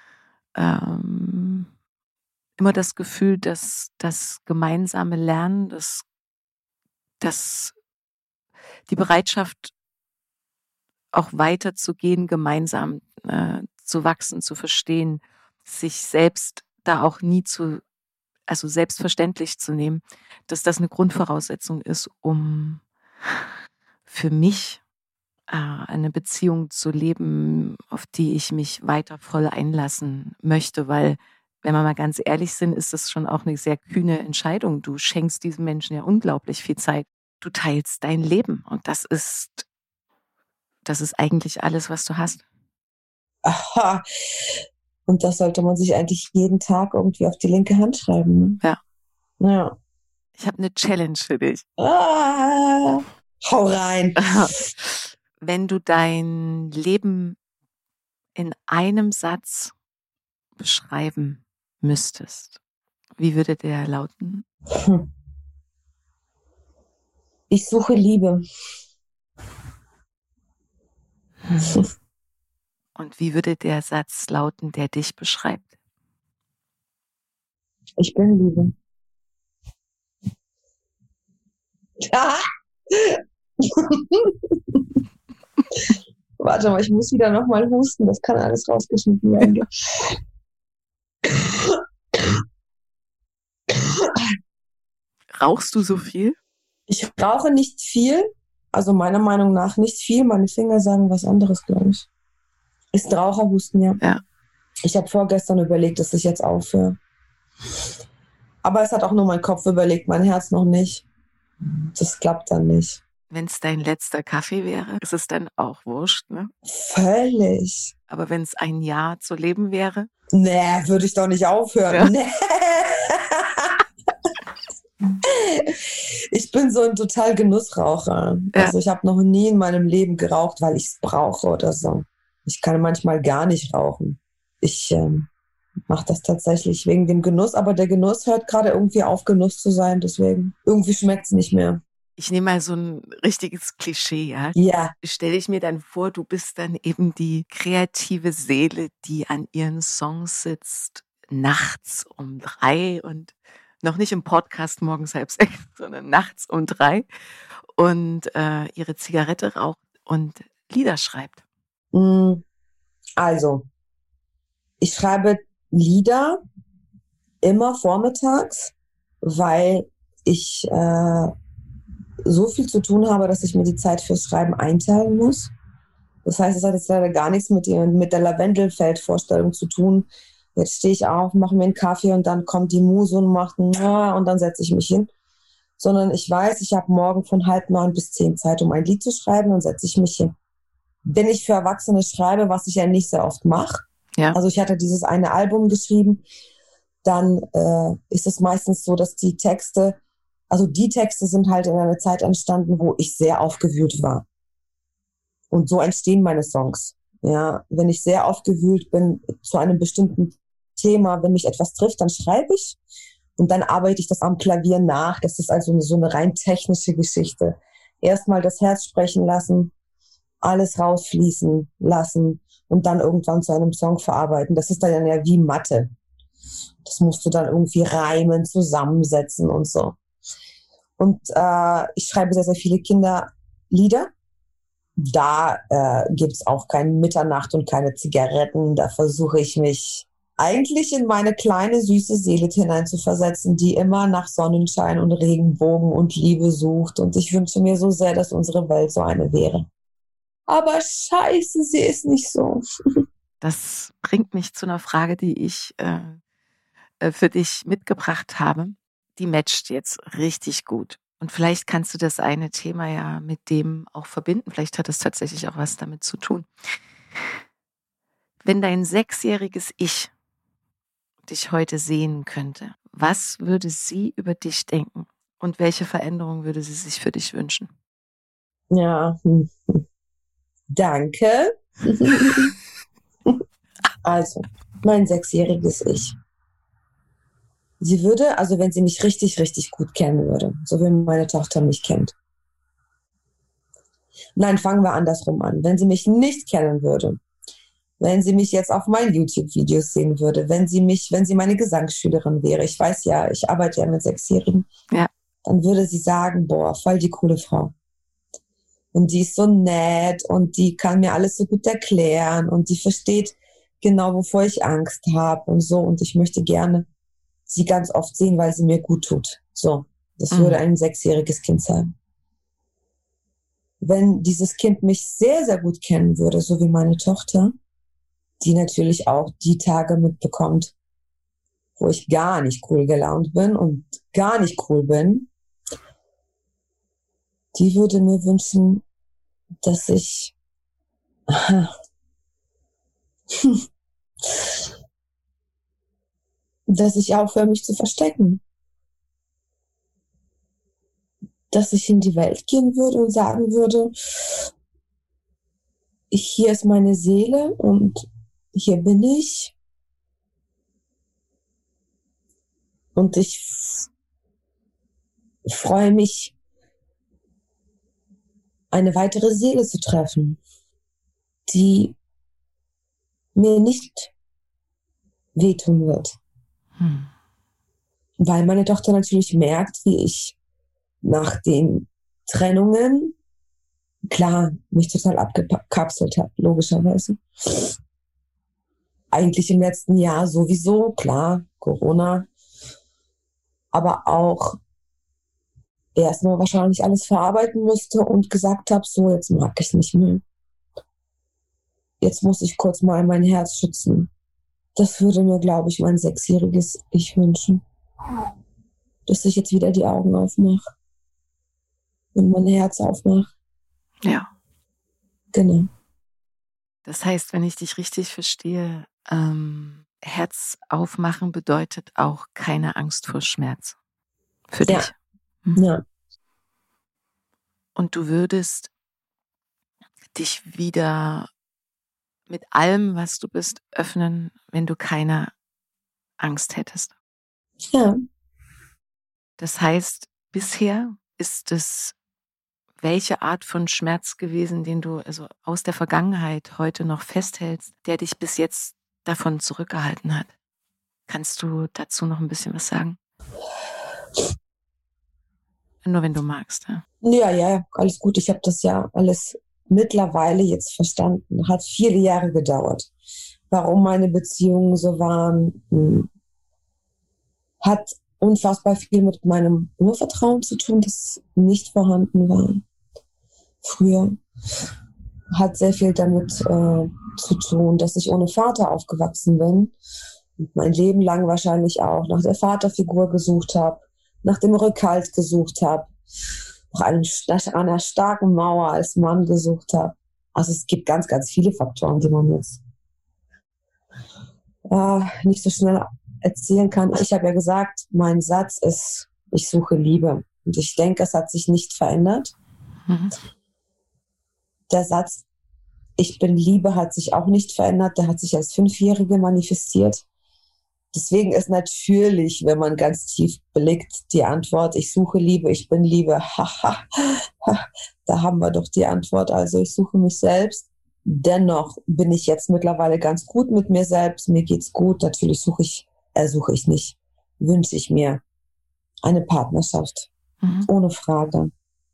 ähm, immer das Gefühl, dass das gemeinsame Lernen, dass, dass die Bereitschaft auch weiterzugehen, gemeinsam äh, zu wachsen, zu verstehen, sich selbst da auch nie zu, also selbstverständlich zu nehmen, dass das eine Grundvoraussetzung ist, um für mich eine Beziehung zu leben, auf die ich mich weiter voll einlassen möchte, weil, wenn wir mal ganz ehrlich sind, ist das schon auch eine sehr kühne Entscheidung. Du schenkst diesem Menschen ja unglaublich viel Zeit. Du teilst dein Leben und das ist, das ist eigentlich alles, was du hast. Aha. Und das sollte man sich eigentlich jeden Tag irgendwie auf die linke Hand schreiben. Ne? Ja. Ja. Ich habe eine Challenge für dich. Ah, hau rein. Wenn du dein Leben in einem Satz beschreiben müsstest, wie würde der lauten? Hm. Ich suche Liebe. Hm. Und wie würde der Satz lauten, der dich beschreibt? Ich bin Liebe. Ah! Warte mal, ich muss wieder nochmal husten. Das kann alles rausgeschnitten werden. Rauchst du so viel? Ich rauche nicht viel. Also meiner Meinung nach nicht viel. Meine Finger sagen was anderes, glaube ich. Ist Raucherhusten, ja. Ja. Ich habe vorgestern überlegt, dass ich jetzt aufhöre. Aber es hat auch nur mein Kopf überlegt, mein Herz noch nicht. Das klappt dann nicht. Wenn es dein letzter Kaffee wäre, ist es dann auch wurscht, ne? Völlig. Aber wenn es ein Jahr zu leben wäre? Nee, würde ich doch nicht aufhören. Ja. Nee. Ich bin so ein total Genussraucher. Ja. Also ich habe noch nie in meinem Leben geraucht, weil ich es brauche oder so. Ich kann manchmal gar nicht rauchen. Ich ähm, mache das tatsächlich wegen dem Genuss, aber der Genuss hört gerade irgendwie auf, Genuss zu sein. Deswegen, irgendwie schmeckt es nicht mehr. Ich nehme mal so ein richtiges Klischee, ja. Ja. Stelle ich mir dann vor, du bist dann eben die kreative Seele, die an ihren Songs sitzt, nachts um drei und noch nicht im Podcast morgens halb sechs, sondern nachts um drei und äh, ihre Zigarette raucht und Lieder schreibt. Also, ich schreibe Lieder immer vormittags, weil ich äh, so viel zu tun habe, dass ich mir die Zeit fürs Schreiben einteilen muss. Das heißt, es hat jetzt leider gar nichts mit, die, mit der Lavendelfeld-Vorstellung zu tun. Jetzt stehe ich auf, mache mir einen Kaffee und dann kommt die Muse und macht und dann setze ich mich hin. Sondern ich weiß, ich habe morgen von halb neun bis zehn Zeit, um ein Lied zu schreiben, dann setze ich mich hin. Wenn ich für Erwachsene schreibe, was ich ja nicht sehr oft mache, Ja. also ich hatte dieses eine Album geschrieben, dann äh, ist es meistens so, dass die Texte, also die Texte sind halt in einer Zeit entstanden, wo ich sehr aufgewühlt war. Und so entstehen meine Songs. Ja, wenn ich sehr aufgewühlt bin zu einem bestimmten Thema, wenn mich etwas trifft, dann schreibe ich und dann arbeite ich das am Klavier nach. Das ist also so eine rein technische Geschichte. Erstmal das Herz sprechen lassen, alles rausfließen lassen und dann irgendwann zu einem Song verarbeiten. Das ist dann ja wie Mathe. Das musst du dann irgendwie reimen, zusammensetzen und so. Und äh, ich schreibe sehr, sehr viele Kinderlieder. Da äh, gibt es auch keine Mitternacht und keine Zigaretten. Da versuche ich mich eigentlich in meine kleine, süße Seele hineinzuversetzen, die immer nach Sonnenschein und Regenbogen und Liebe sucht. Und ich wünsche mir so sehr, dass unsere Welt so eine wäre. Aber scheiße, sie ist nicht so. Das bringt mich zu einer Frage, die ich äh, für dich mitgebracht habe. Die matcht jetzt richtig gut. Und vielleicht kannst du das eine Thema ja mit dem auch verbinden. Vielleicht hat es tatsächlich auch was damit zu tun. Wenn dein sechsjähriges Ich dich heute sehen könnte, was würde sie über dich denken? Und welche Veränderung würde sie sich für dich wünschen? Ja, danke. Also, mein sechsjähriges Ich. Sie würde, also wenn sie mich richtig, richtig gut kennen würde, so wie meine Tochter mich kennt. Nein, fangen wir andersrum an. Wenn sie mich nicht kennen würde, wenn sie mich jetzt auf meinen YouTube-Videos sehen würde, wenn sie mich, wenn sie meine Gesangsschülerin wäre, ich weiß ja, ich arbeite ja mit Sechsjährigen, ja. Dann würde sie sagen, boah, voll die coole Frau. Und die ist so nett und die kann mir alles so gut erklären und die versteht genau, wovor ich Angst habe und so. Und ich möchte gerne sie ganz oft sehen, weil sie mir gut tut. So, das mhm. würde ein sechsjähriges Kind sein. wenn dieses Kind mich sehr, sehr gut kennen würde, so wie meine Tochter, die natürlich auch die Tage mitbekommt, wo ich gar nicht cool gelaunt bin und gar nicht cool bin, die würde mir wünschen, dass ich dass ich aufhöre, mich zu verstecken. Dass ich in die Welt gehen würde und sagen würde, ich, hier ist meine Seele und hier bin ich. Und ich f- freue mich, eine weitere Seele zu treffen, die mir nicht wehtun wird. Hm. Weil meine Tochter natürlich merkt, wie ich nach den Trennungen, klar, mich total abgekapselt habe, logischerweise. Eigentlich im letzten Jahr sowieso, klar, Corona, aber auch erstmal wahrscheinlich alles verarbeiten musste und gesagt habe, so, jetzt mag ich es nicht mehr. Jetzt muss ich kurz mal mein Herz schützen. Das würde mir, glaube ich, mein sechsjähriges Ich wünschen. Dass ich jetzt wieder die Augen aufmache und mein Herz aufmache. Ja. Genau. Das heißt, wenn ich dich richtig verstehe, ähm, Herz aufmachen bedeutet auch keine Angst vor Schmerz. Für Ja. dich. Mhm. Ja. Und du würdest dich wieder mit allem, was du bist, öffnen, wenn du keine Angst hättest. Ja. Das heißt, bisher ist es welche Art von Schmerz gewesen, den du also aus der Vergangenheit heute noch festhältst, der dich bis jetzt davon zurückgehalten hat? Kannst du dazu noch ein bisschen was sagen? Nur wenn du magst. Ja, Ja, ja, alles gut. Ich habe das ja alles mittlerweile jetzt verstanden. Hat viele Jahre gedauert. Warum meine Beziehungen so waren, hm, hat unfassbar viel mit meinem Urvertrauen zu tun, das nicht vorhanden war früher. Hat sehr viel damit äh, zu tun, dass ich ohne Vater aufgewachsen bin und mein Leben lang wahrscheinlich auch nach der Vaterfigur gesucht habe, nach dem Rückhalt gesucht habe, nach, einem, nach einer starken Mauer als Mann gesucht habe. Also es gibt ganz, ganz viele Faktoren, die man jetzt äh, nicht so schnell erzählen kann. Ich habe ja gesagt, mein Satz ist, ich suche Liebe. Und ich denke, es hat sich nicht verändert. mhm. Der Satz, ich bin Liebe, hat sich auch nicht verändert. Der hat sich als Fünfjährige manifestiert. Deswegen ist natürlich, wenn man ganz tief blickt, die Antwort, ich suche Liebe, ich bin Liebe. Da haben wir doch die Antwort. Also ich suche mich selbst. Dennoch bin ich jetzt mittlerweile ganz gut mit mir selbst. Mir geht's gut. Natürlich suche ich, äh, suche ich nicht, wünsche ich mir eine Partnerschaft. Mhm. Ohne Frage.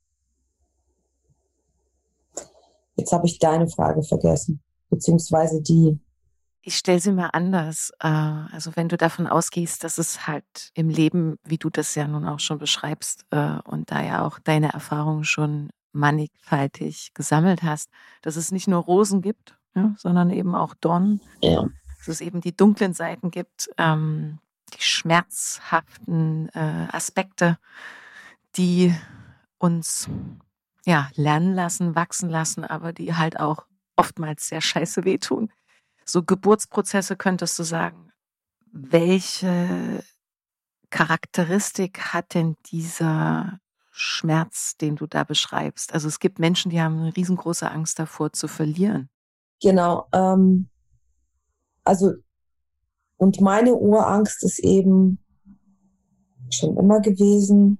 Jetzt habe ich deine Frage vergessen, beziehungsweise die. Ich stelle sie mal anders. Äh, Also wenn du davon ausgehst, dass es halt im Leben, wie du das ja nun auch schon beschreibst äh, und da ja auch deine Erfahrungen schon mannigfaltig gesammelt hast, dass es nicht nur Rosen gibt, ja, sondern eben auch Dornen, Ja. dass es eben die dunklen Seiten gibt, ähm, die schmerzhaften äh, Aspekte, die uns ja lernen lassen, wachsen lassen, aber die halt auch oftmals sehr scheiße wehtun. So Geburtsprozesse könntest du sagen, welche Charakteristik hat denn dieser Schmerz, den du da beschreibst? Also es gibt Menschen, die haben eine riesengroße Angst davor zu verlieren. Genau. Ähm, also, und meine Urangst ist eben schon immer gewesen,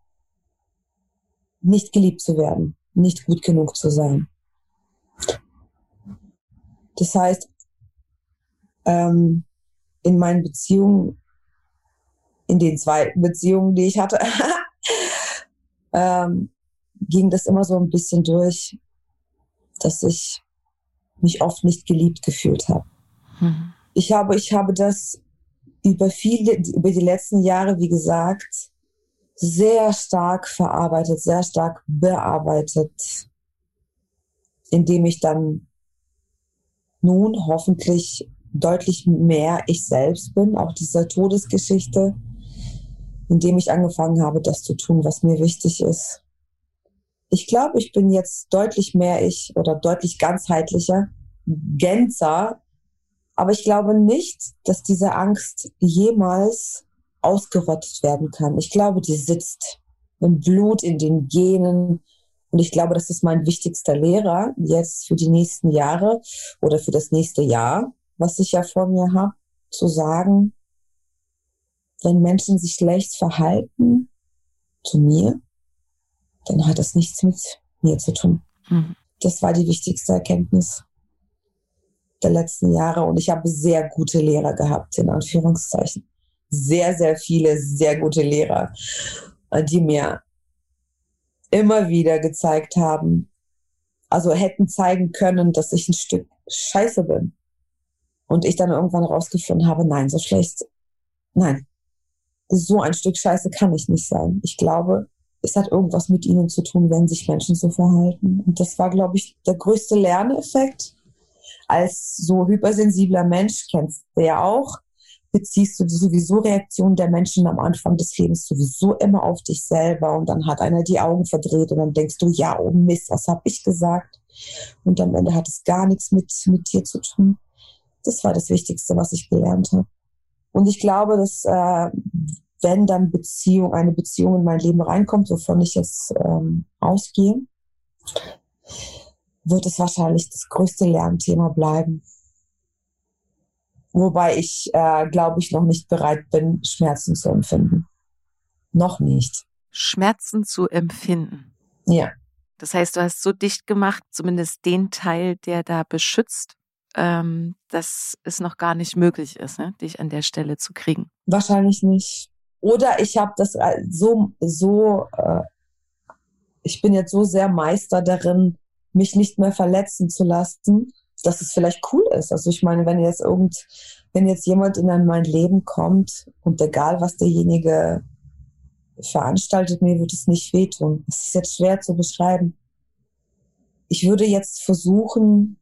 nicht geliebt zu werden, nicht gut genug zu sein. Das heißt, ähm, in meinen Beziehungen, in den zwei Beziehungen, die ich hatte, ähm, ging das immer so ein bisschen durch, dass ich mich oft nicht geliebt gefühlt habe. Mhm. Ich habe, ich habe das über viele, über die letzten Jahre, wie gesagt, sehr stark verarbeitet, sehr stark bearbeitet. indem ich dann nun hoffentlich deutlich mehr ich selbst bin, auch dieser Todesgeschichte, indem ich angefangen habe, das zu tun, was mir wichtig ist. Ich glaube, ich bin jetzt deutlich mehr ich oder deutlich ganzheitlicher, Gänzer, aber ich glaube nicht, dass diese Angst jemals ausgerottet werden kann. Ich glaube, die sitzt im Blut, in den Genen. Und ich glaube, das ist mein wichtigster Lehrer jetzt für die nächsten Jahre oder für das nächste Jahr, was ich ja vor mir habe, zu sagen, wenn Menschen sich schlecht verhalten zu mir, dann hat das nichts mit mir zu tun. Mhm. Das war die wichtigste Erkenntnis der letzten Jahre. Und ich habe sehr gute Lehrer gehabt, in Anführungszeichen. Sehr, sehr viele, sehr gute Lehrer, die mir immer wieder gezeigt haben, also hätten zeigen können, dass ich ein Stück Scheiße bin. Und ich dann irgendwann rausgefunden habe, nein, so schlecht, nein, so ein Stück Scheiße kann ich nicht sein. Ich glaube, es hat irgendwas mit ihnen zu tun, wenn sich Menschen so verhalten. Und das war, glaube ich, der größte Lerneffekt. Als so hypersensibler Mensch, kennst du ja auch, beziehst du sowieso Reaktionen der Menschen am Anfang des Lebens sowieso immer auf dich selber. Und dann hat einer die Augen verdreht und dann denkst du, ja, oh Mist, was habe ich gesagt? Und am Ende hat es gar nichts mit, mit dir zu tun. Das war das Wichtigste, was ich gelernt habe. Und ich glaube, dass äh, wenn dann Beziehung, eine Beziehung in mein Leben reinkommt, wovon ich jetzt ähm, ausgehe, wird es wahrscheinlich das größte Lernthema bleiben. Wobei ich, äh, glaube ich, noch nicht bereit bin, Schmerzen zu empfinden. Noch nicht. Schmerzen zu empfinden? Ja. Das heißt, du hast so dicht gemacht, zumindest den Teil, der da beschützt, ähm, dass es noch gar nicht möglich ist, ne, dich an der Stelle zu kriegen. Wahrscheinlich nicht. Oder ich habe das so, so äh, ich bin jetzt so sehr Meister darin, mich nicht mehr verletzen zu lassen, dass es vielleicht cool ist. Also ich meine, wenn jetzt irgend, wenn jetzt jemand in mein Leben kommt und egal, was derjenige veranstaltet, mir wird es nicht wehtun. Es ist jetzt schwer zu beschreiben. Ich würde jetzt versuchen,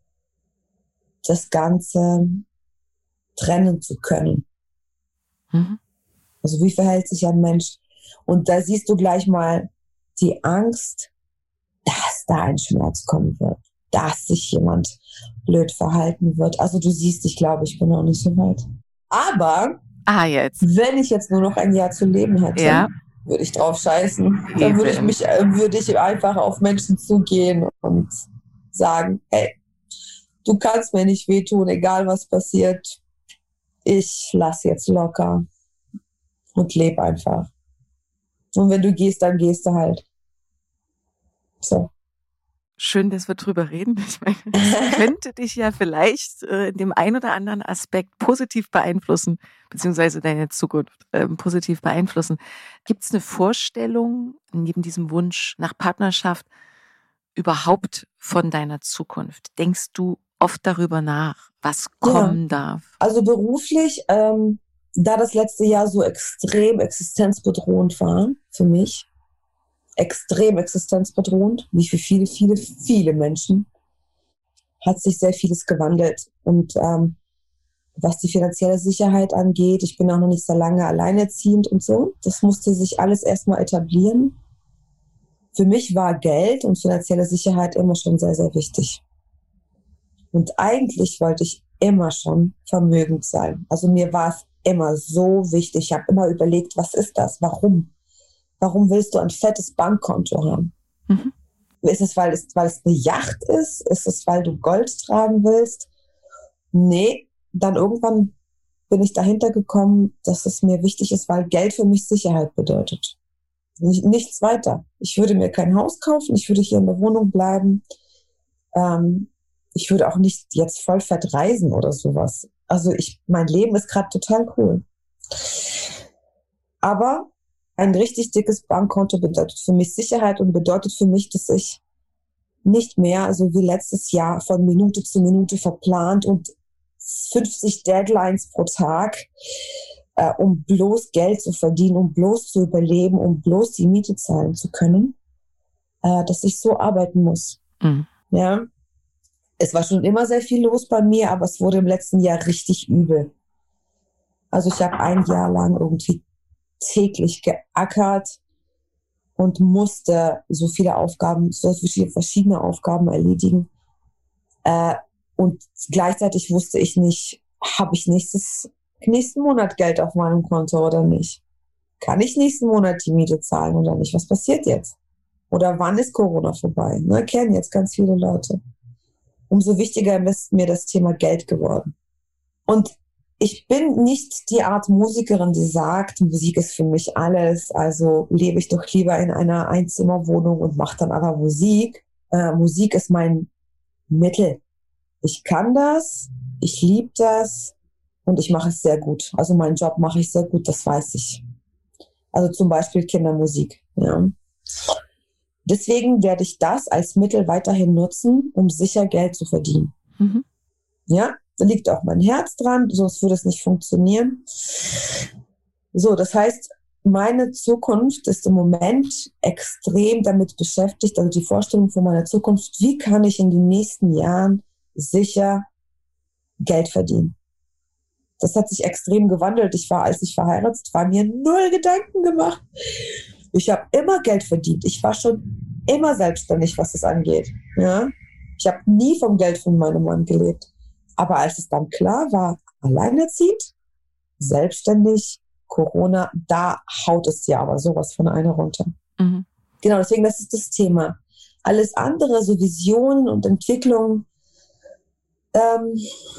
das Ganze trennen zu können. Mhm. Also wie verhält sich ein Mensch? Und da siehst du gleich mal die Angst, dass da ein Schmerz kommen wird, dass sich jemand blöd verhalten wird. Also du siehst, ich glaube, ich bin noch nicht so weit. Aber ah, jetzt. wenn ich jetzt nur noch ein Jahr zu leben hätte, ja, würde ich drauf scheißen. Dann würde ich mich, würde ich einfach auf Menschen zugehen und sagen, hey, du kannst mir nicht wehtun, egal was passiert. Ich lass jetzt locker und lebe einfach. Und wenn du gehst, dann gehst du halt. So. Schön, dass wir drüber reden. Ich meine, das könnte dich ja vielleicht äh, in dem einen oder anderen Aspekt positiv beeinflussen, beziehungsweise deine Zukunft äh, positiv beeinflussen. Gibt es eine Vorstellung neben diesem Wunsch nach Partnerschaft überhaupt von deiner Zukunft? Denkst du oft darüber nach, was kommen ja. darf? Also beruflich, ähm, da das letzte Jahr so extrem existenzbedrohend war für mich, extrem existenzbedrohend, wie für viele, viele, viele Menschen, hat sich sehr vieles gewandelt. Und ähm, was die finanzielle Sicherheit angeht, ich bin auch noch nicht so lange alleinerziehend und so, das musste sich alles erstmal etablieren. Für mich war Geld und finanzielle Sicherheit immer schon sehr, sehr wichtig. Und eigentlich wollte ich immer schon vermögend sein. Also mir war es immer so wichtig. Ich habe immer überlegt, was ist das? Warum? Warum willst du ein fettes Bankkonto haben? Mhm. Ist es, weil es, weil es eine Yacht ist? Ist es, weil du Gold tragen willst? Nee, dann irgendwann bin ich dahinter gekommen, dass es mir wichtig ist, weil Geld für mich Sicherheit bedeutet. Nicht, nichts weiter. Ich würde mir kein Haus kaufen, ich würde hier in der Wohnung bleiben. Ähm, ich würde auch nicht jetzt voll fett reisen oder sowas. Also ich, mein Leben ist gerade total cool. Aber ein richtig dickes Bankkonto bedeutet für mich Sicherheit und bedeutet für mich, dass ich nicht mehr, so wie letztes Jahr, von Minute zu Minute verplant und fünfzig Deadlines pro Tag, äh, um bloß Geld zu verdienen, um bloß zu überleben, um bloß die Miete zahlen zu können, äh, dass ich so arbeiten muss. Mhm. Ja. Es war schon immer sehr viel los bei mir, aber es wurde im letzten Jahr richtig übel. Also ich habe ein Jahr lang irgendwie täglich geackert und musste so viele Aufgaben, so viele verschiedene Aufgaben erledigen. Äh, und gleichzeitig wusste ich nicht, habe ich nächstes, nächsten Monat Geld auf meinem Konto oder nicht? Kann ich nächsten Monat die Miete zahlen oder nicht? Was passiert jetzt? Oder wann ist Corona vorbei? Ne, kennen jetzt ganz viele Leute. Umso wichtiger ist mir das Thema Geld geworden. Und ich bin nicht die Art Musikerin, die sagt, Musik ist für mich alles, also lebe ich doch lieber in einer Einzimmerwohnung und mache dann aber Musik. Äh, Musik ist mein Mittel. Ich kann das, ich liebe das und ich mache es sehr gut. Also meinen Job mache ich sehr gut, das weiß ich. Also zum Beispiel Kindermusik. Ja. Deswegen werde ich das als Mittel weiterhin nutzen, um sicher Geld zu verdienen. Mhm. Ja, da liegt auch mein Herz dran, sonst würde es nicht funktionieren. So, das heißt, meine Zukunft ist im Moment extrem damit beschäftigt, also die Vorstellung von meiner Zukunft, wie kann ich in den nächsten Jahren sicher Geld verdienen. Das hat sich extrem gewandelt. Ich war, als ich verheiratet war, mir null Gedanken gemacht. Ich habe immer Geld verdient. Ich war schon immer selbstständig, was das angeht. Ja? Ich habe nie vom Geld von meinem Mann gelebt. Aber als es dann klar war, alleinerziehend, selbstständig, Corona, da haut es ja aber sowas von einer runter. Mhm. Genau, deswegen, das ist das Thema. Alles andere, so Visionen und Entwicklungen, ähm,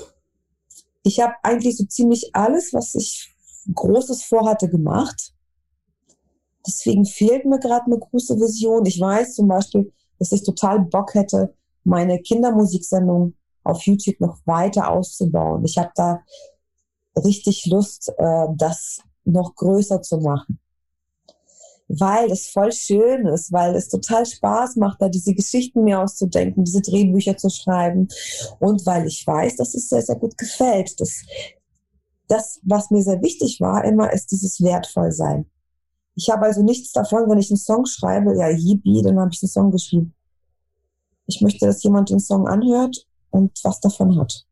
ich habe eigentlich so ziemlich alles, was ich Großes vorhatte, gemacht. Deswegen fehlt mir gerade eine große Vision. Ich weiß zum Beispiel, dass ich total Bock hätte, meine Kindermusiksendung auf YouTube noch weiter auszubauen. Ich habe da richtig Lust, äh, das noch größer zu machen. Weil es voll schön ist, weil es total Spaß macht, da diese Geschichten mir auszudenken, diese Drehbücher zu schreiben. Und weil ich weiß, dass es sehr, sehr gut gefällt. Das, das, was mir sehr wichtig war, immer, ist dieses Wertvollsein. Ich habe also nichts davon, wenn ich einen Song schreibe, ja, yippie, dann habe ich einen Song geschrieben. Ich möchte, dass jemand den Song anhört und was davon hat.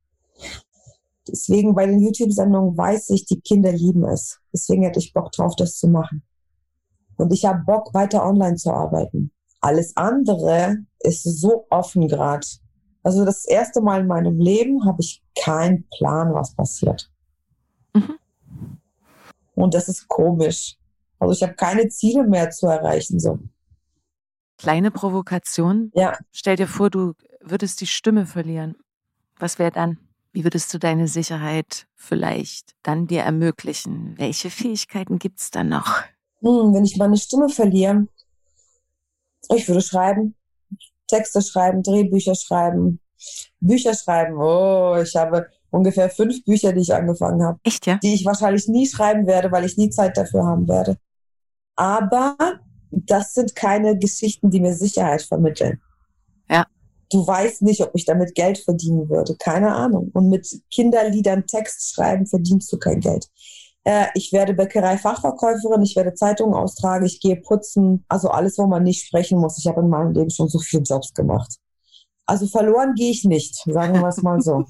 Deswegen bei den YouTube-Sendungen weiß ich, die Kinder lieben es. Deswegen hätte ich Bock drauf, das zu machen. Und ich habe Bock, weiter online zu arbeiten. Alles andere ist so offen gerade. Also das erste Mal in meinem Leben habe ich keinen Plan, was passiert. Mhm. Und das ist komisch. Also ich habe keine Ziele mehr zu erreichen. So. Kleine Provokation. Ja. Stell dir vor, du würdest die Stimme verlieren. Was wäre dann? Wie würdest du deine Sicherheit vielleicht dann dir ermöglichen? Welche Fähigkeiten gibt es dann noch? Hm, wenn ich meine Stimme verliere, ich würde schreiben, Texte schreiben, Drehbücher schreiben, Bücher schreiben. Oh, ich habe ungefähr fünf Bücher, die ich angefangen habe. Echt, ja? Die ich wahrscheinlich nie schreiben werde, weil ich nie Zeit dafür haben werde. Aber das sind keine Geschichten, die mir Sicherheit vermitteln. Ja. Du weißt nicht, ob ich damit Geld verdienen würde. Keine Ahnung. Und mit Kinderliedern Text schreiben verdienst du kein Geld. Äh, ich werde Bäckerei-Fachverkäuferin, ich werde Zeitungen austragen, ich gehe putzen. Also alles, wo man nicht sprechen muss. Ich habe in meinem Leben schon so viele Jobs gemacht. Also verloren gehe ich nicht, sagen wir es mal so.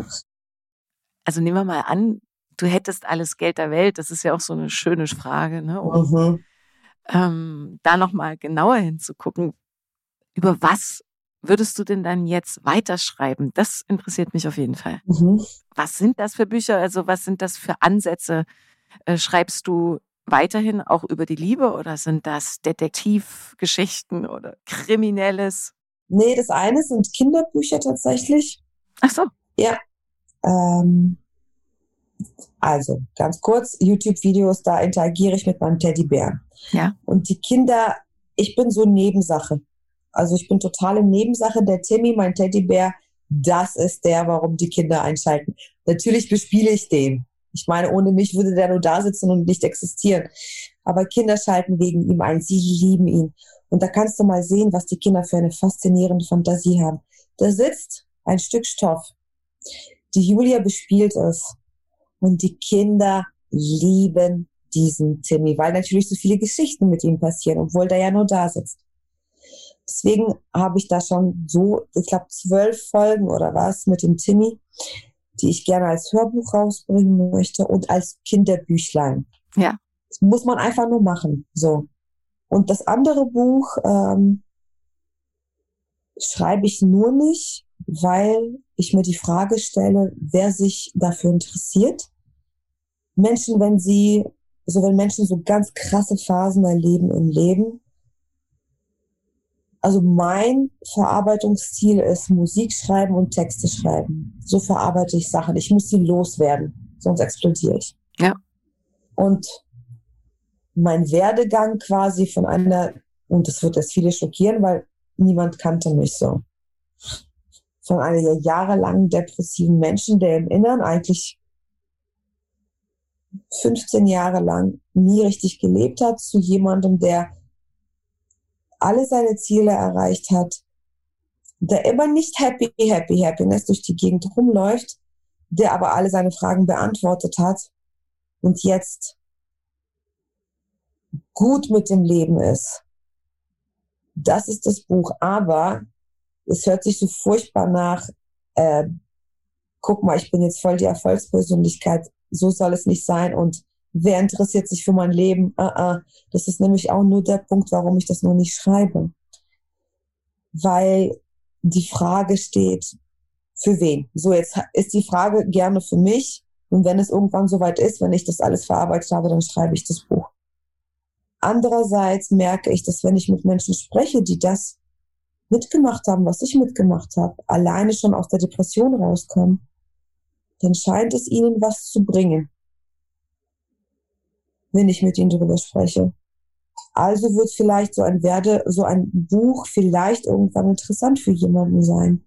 Also nehmen wir mal an, du hättest alles Geld der Welt. Das ist ja auch so eine schöne Frage, ne? Um mhm. ähm, da nochmal genauer hinzugucken. Über was würdest du denn dann jetzt weiterschreiben? Das interessiert mich auf jeden Fall. Mhm. Was sind das für Bücher? Also was sind das für Ansätze? Äh, schreibst du weiterhin auch über die Liebe oder sind das Detektivgeschichten oder Kriminelles? Nee, das eine sind Kinderbücher tatsächlich. Ach so. Ja. Ähm, also, ganz kurz, YouTube-Videos, da interagiere ich mit meinem Teddybär. Ja. Und die Kinder, ich bin so Nebensache. Also ich bin totale Nebensache. Der Timmy, mein Teddybär, das ist der, warum die Kinder einschalten. Natürlich bespiele ich den. Ich meine, ohne mich würde der nur da sitzen und nicht existieren. Aber Kinder schalten wegen ihm ein. Sie lieben ihn. Und da kannst du mal sehen, was die Kinder für eine faszinierende Fantasie haben. Da sitzt ein Stück Stoff. Die Julia bespielt es. Und die Kinder lieben diesen Timmy, weil natürlich so viele Geschichten mit ihm passieren, obwohl der ja nur da sitzt. Deswegen habe ich da schon so, ich glaube, zwölf Folgen oder was mit dem Timmy, die ich gerne als Hörbuch rausbringen möchte und als Kinderbüchlein. Ja. Das muss man einfach nur machen. So. Und das andere Buch ähm, schreibe ich nur nicht, weil ich mir die Frage stelle, wer sich dafür interessiert. Menschen, wenn sie, so wenn Menschen so ganz krasse Phasen erleben im Leben. Also mein Verarbeitungsziel ist Musik schreiben und Texte schreiben. So verarbeite ich Sachen. Ich muss sie loswerden, sonst explodiere ich. Ja. Und mein Werdegang quasi von einer, und das wird jetzt viele schockieren, weil niemand kannte mich so, von einer jahrelangen depressiven Menschen, der im Inneren eigentlich fünfzehn Jahre lang nie richtig gelebt hat, zu jemandem, der alle seine Ziele erreicht hat, der immer nicht happy, happy, happiness durch die Gegend rumläuft, der aber alle seine Fragen beantwortet hat und jetzt gut mit dem Leben ist. Das ist das Buch, aber es hört sich so furchtbar nach, äh, guck mal, ich bin jetzt voll die Erfolgspersönlichkeit, so soll es nicht sein und wer interessiert sich für mein Leben? Uh -uh. Das ist nämlich auch nur der Punkt, warum ich das nur nicht schreibe. Weil die Frage steht, für wen? So, jetzt ist die Frage gerne für mich. Und wenn es irgendwann soweit ist, wenn ich das alles verarbeitet habe, dann schreibe ich das Buch. Andererseits merke ich, dass wenn ich mit Menschen spreche, die das mitgemacht haben, was ich mitgemacht habe, alleine schon aus der Depression rauskommen, dann scheint es ihnen was zu bringen, wenn ich mit ihnen darüber spreche. Also wird vielleicht so ein Werde, so ein Buch vielleicht irgendwann interessant für jemanden sein.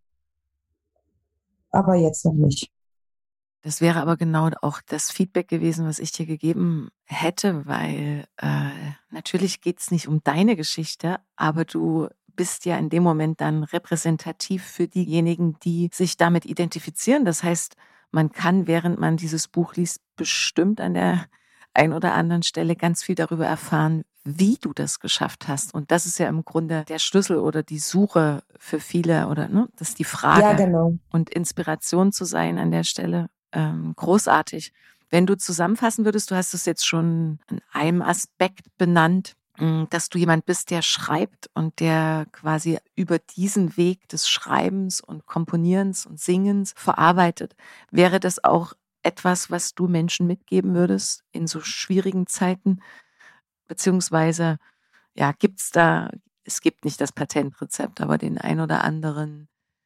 Aber jetzt noch nicht. Das wäre aber genau auch das Feedback gewesen, was ich dir gegeben hätte, weil äh, natürlich geht es nicht um deine Geschichte, aber du bist ja in dem Moment dann repräsentativ für diejenigen, die sich damit identifizieren. Das heißt, man kann, während man dieses Buch liest, bestimmt an der ein oder anderen Stelle ganz viel darüber erfahren, wie du das geschafft hast. Und das ist ja im Grunde der Schlüssel oder die Suche für viele oder ne, das ist die Frage. Ja, genau. Und Inspiration zu sein an der Stelle, ähm, großartig. Wenn du zusammenfassen würdest, du hast es jetzt schon in einem Aspekt benannt, dass du jemand bist, der schreibt und der quasi über diesen Weg des Schreibens und Komponierens und Singens verarbeitet. Wäre das auch etwas, was du Menschen mitgeben würdest in so schwierigen Zeiten? Beziehungsweise, ja, gibt's da, es gibt nicht das Patentrezept, aber den ein oder anderen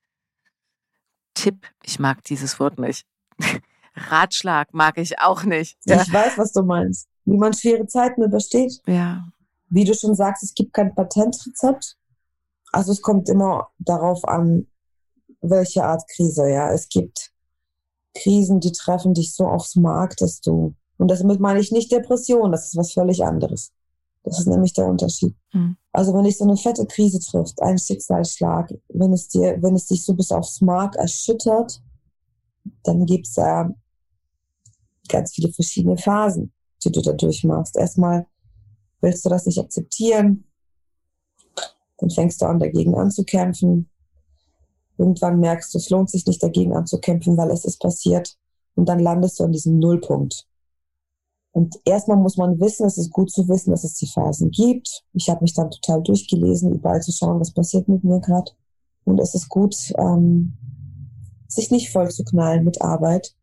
Tipp, ich mag dieses Wort nicht, Ratschlag mag ich auch nicht. Ja. Ich weiß, was du meinst. Wie man schwere Zeiten übersteht. Ja. Wie du schon sagst, es gibt kein Patentrezept. Also es kommt immer darauf an, welche Art Krise, ja. Es gibt Krisen, die treffen dich so aufs Mark, dass du, und damit meine ich nicht Depression, das ist was völlig anderes. Das ist nämlich der Unterschied. Mhm. Also wenn dich so eine fette Krise trifft, ein Schicksalsschlag, wenn es dir, wenn es dich so bis aufs Mark erschüttert, dann gibt's da ganz viele verschiedene Phasen, die du da durchmachst. Erstmal willst du das nicht akzeptieren, dann fängst du an, dagegen anzukämpfen. Irgendwann merkst du, es lohnt sich nicht, dagegen anzukämpfen, weil es ist passiert. Und dann landest du an diesem Nullpunkt. Und erstmal muss man wissen, es ist gut zu wissen, dass es die Phasen gibt. Ich habe mich dann total durchgelesen, überall zu schauen, was passiert mit mir gerade. Und es ist gut, ähm, sich nicht voll zu knallen mit Arbeit.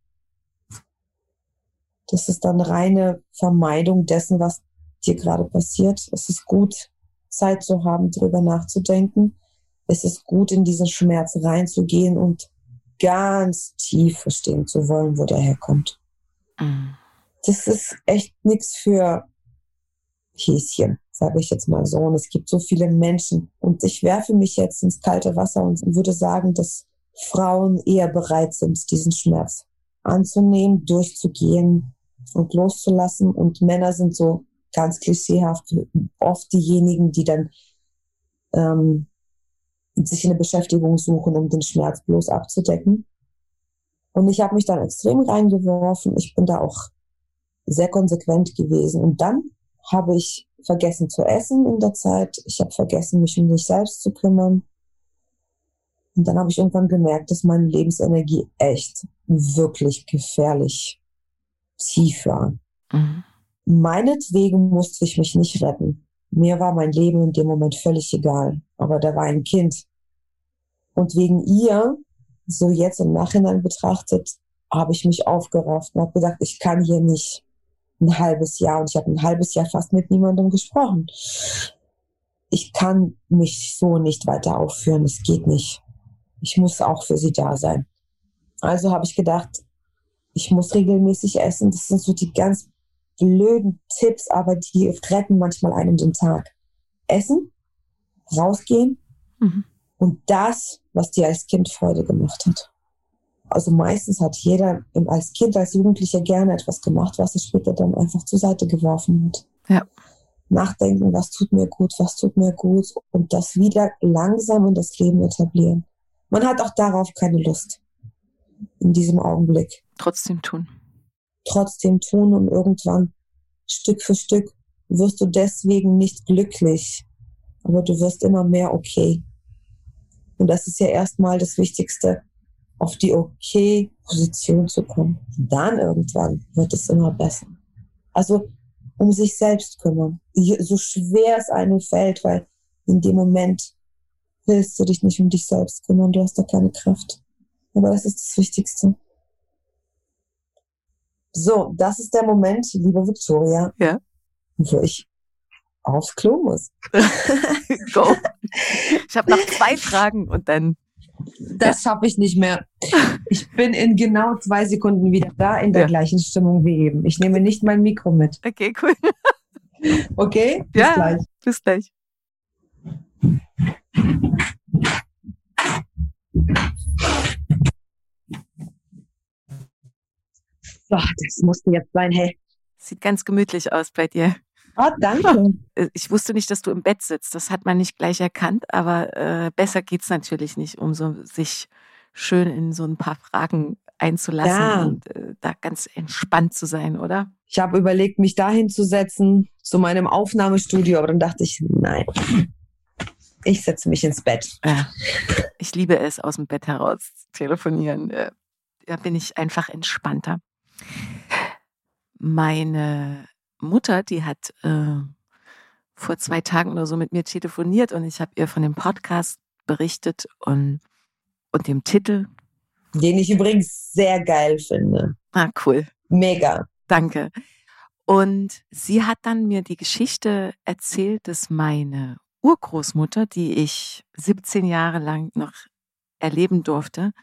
Das ist dann reine Vermeidung dessen, was dir gerade passiert. Es ist gut, Zeit zu haben, darüber nachzudenken. Es ist gut, in diesen Schmerz reinzugehen und ganz tief verstehen zu wollen, wo der herkommt. Mhm. Das ist echt nichts für Häschen, sage ich jetzt mal so. Und es gibt so viele Menschen. Und ich werfe mich jetzt ins kalte Wasser und würde sagen, dass Frauen eher bereit sind, diesen Schmerz anzunehmen, durchzugehen und loszulassen. Und Männer sind so ganz klischeehaft oft diejenigen, die dann ähm, sich eine Beschäftigung suchen, um den Schmerz bloß abzudecken. Und ich habe mich dann extrem reingeworfen. Ich bin da auch sehr konsequent gewesen. Und dann habe ich vergessen zu essen in der Zeit. Ich habe vergessen, mich um mich selbst zu kümmern. Und dann habe ich irgendwann gemerkt, dass meine Lebensenergie echt wirklich gefährlich tief war. Mhm. Meinetwegen musste ich mich nicht retten. Mir war mein Leben in dem Moment völlig egal. Aber da war ein Kind. Und wegen ihr, so jetzt im Nachhinein betrachtet, habe ich mich aufgerafft und habe gesagt, ich kann hier nicht ein halbes Jahr. Und ich habe ein halbes Jahr fast mit niemandem gesprochen. Ich kann mich so nicht weiter aufführen. Es geht nicht. Ich muss auch für sie da sein. Also habe ich gedacht, ich muss regelmäßig essen. Das sind so die ganz blöden Tipps, aber die retten manchmal einen den Tag. Essen, rausgehen Mhm. und das, was dir als Kind Freude gemacht hat. Also meistens hat jeder als Kind, als Jugendlicher gerne etwas gemacht, was er später dann einfach zur Seite geworfen hat. Ja. Nachdenken, was tut mir gut, was tut mir gut und das wieder langsam in das Leben etablieren. Man hat auch darauf keine Lust in diesem Augenblick. Trotzdem tun. Trotzdem tun und irgendwann Stück für Stück wirst du deswegen nicht glücklich, aber du wirst immer mehr okay. Und das ist ja erstmal das Wichtigste, auf die Okay-Position zu kommen. Dann irgendwann wird es immer besser. Also um sich selbst kümmern. So schwer es einem fällt, weil in dem Moment willst du dich nicht um dich selbst kümmern, du hast da keine Kraft. Aber das ist das Wichtigste. So, das ist der Moment, liebe Victoria, Ja. wo ich aufs Klo muss. Go. Ich habe noch zwei Fragen und dann... Das schaffe ich nicht mehr. Ich bin in genau zwei Sekunden wieder da, in der Ja. gleichen Stimmung wie eben. Ich nehme nicht mein Mikro mit. Okay, cool. Okay? Bis Ja, gleich. bis gleich. So, das musste jetzt sein. Hey. Sieht ganz gemütlich aus bei dir. Oh, danke. Ich wusste nicht, dass du im Bett sitzt. Das hat man nicht gleich erkannt, aber äh, besser geht's natürlich nicht, um so sich schön in so ein paar Fragen einzulassen Ja. und äh, da ganz entspannt zu sein, oder? Ich habe überlegt, mich dahin zu setzen, zu meinem Aufnahmestudio, aber dann dachte ich, nein, ich setze mich ins Bett. Ja. Ich liebe es, aus dem Bett heraus zu telefonieren. Äh, Da bin ich einfach entspannter. Meine Mutter, die hat äh, vor zwei Tagen oder so mit mir telefoniert und ich habe ihr von dem Podcast berichtet und, und dem Titel. Den ich übrigens sehr geil finde. Ah, cool. Mega. Danke. Und sie hat dann mir die Geschichte erzählt, dass meine Urgroßmutter, die ich siebzehn Jahre lang noch erleben durfte,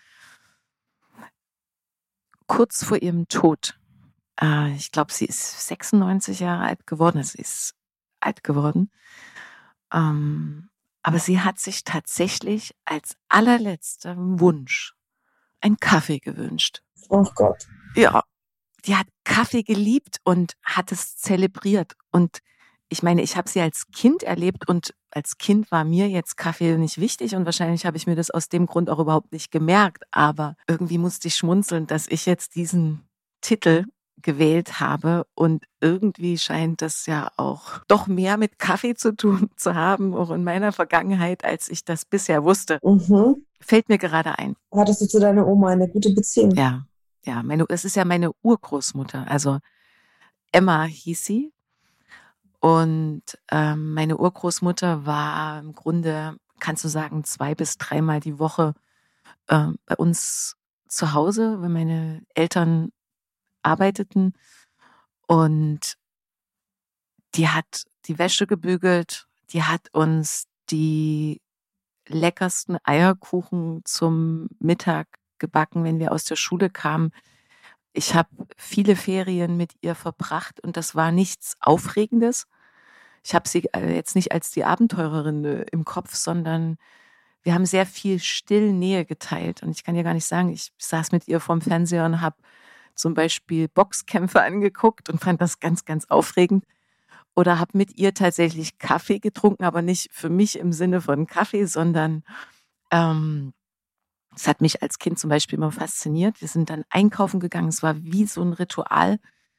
kurz vor ihrem Tod, äh, ich glaube, sie ist sechsundneunzig Jahre alt geworden, also sie ist alt geworden, ähm, aber sie hat sich tatsächlich als allerletzter Wunsch einen Kaffee gewünscht. Oh Gott. Ja, die hat Kaffee geliebt und hat es zelebriert. Und ich meine, ich habe sie als Kind erlebt und als Kind war mir jetzt Kaffee nicht wichtig und wahrscheinlich habe ich mir das aus dem Grund auch überhaupt nicht gemerkt. Aber irgendwie musste ich schmunzeln, dass ich jetzt diesen Titel gewählt habe und irgendwie scheint das ja auch doch mehr mit Kaffee zu tun zu haben, auch in meiner Vergangenheit, als ich das bisher wusste. Mhm. Fällt mir gerade ein. Hattest du zu deiner Oma eine gute Beziehung? Ja, ja, meine, es ist ja meine Urgroßmutter, also Emma hieß sie. Und ähm, meine Urgroßmutter war im Grunde, kannst du sagen, zwei bis dreimal die Woche äh, bei uns zu Hause, weil meine Eltern arbeiteten. Und die hat die Wäsche gebügelt, die hat uns die leckersten Eierkuchen zum Mittag gebacken, wenn wir aus der Schule kamen. Ich habe viele Ferien mit ihr verbracht und das war nichts Aufregendes. Ich habe sie jetzt nicht als die Abenteurerin im Kopf, sondern wir haben sehr viel Stillnähe geteilt. Und ich kann dir gar nicht sagen, ich saß mit ihr vorm Fernseher und habe zum Beispiel Boxkämpfe angeguckt und fand das ganz, ganz aufregend. Oder habe mit ihr tatsächlich Kaffee getrunken, aber nicht für mich im Sinne von Kaffee, sondern ähm, es hat mich als Kind zum Beispiel immer fasziniert. Wir sind dann einkaufen gegangen. Es war wie so ein Ritual.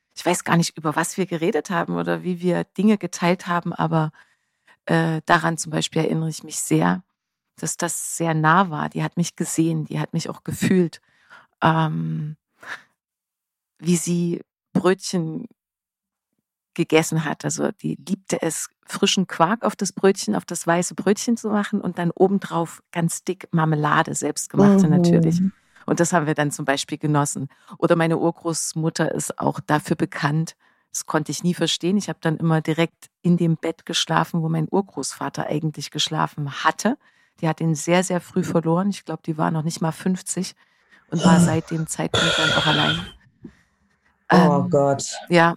ich weiß gar nicht, über was wir geredet haben oder wie wir Dinge geteilt haben, aber äh, daran zum Beispiel erinnere ich mich sehr, dass das sehr nah war. Die hat mich gesehen, die hat mich auch gefühlt, ähm, wie sie Brötchen gegessen hat. Also die liebte es, frischen Quark auf das Brötchen, auf das weiße Brötchen zu machen und dann obendrauf ganz dick Marmelade, selbstgemachte Mhm. natürlich. Und das haben wir dann zum Beispiel genossen. Oder meine Urgroßmutter ist auch dafür bekannt, das konnte ich nie verstehen. Ich habe dann immer direkt in dem Bett geschlafen, wo mein Urgroßvater eigentlich geschlafen hatte. Die hat ihn sehr, sehr früh verloren. Ich glaube, die war noch nicht mal fünfzig und war seit dem Zeitpunkt dann auch allein. Oh Ähm, Gott. Ja.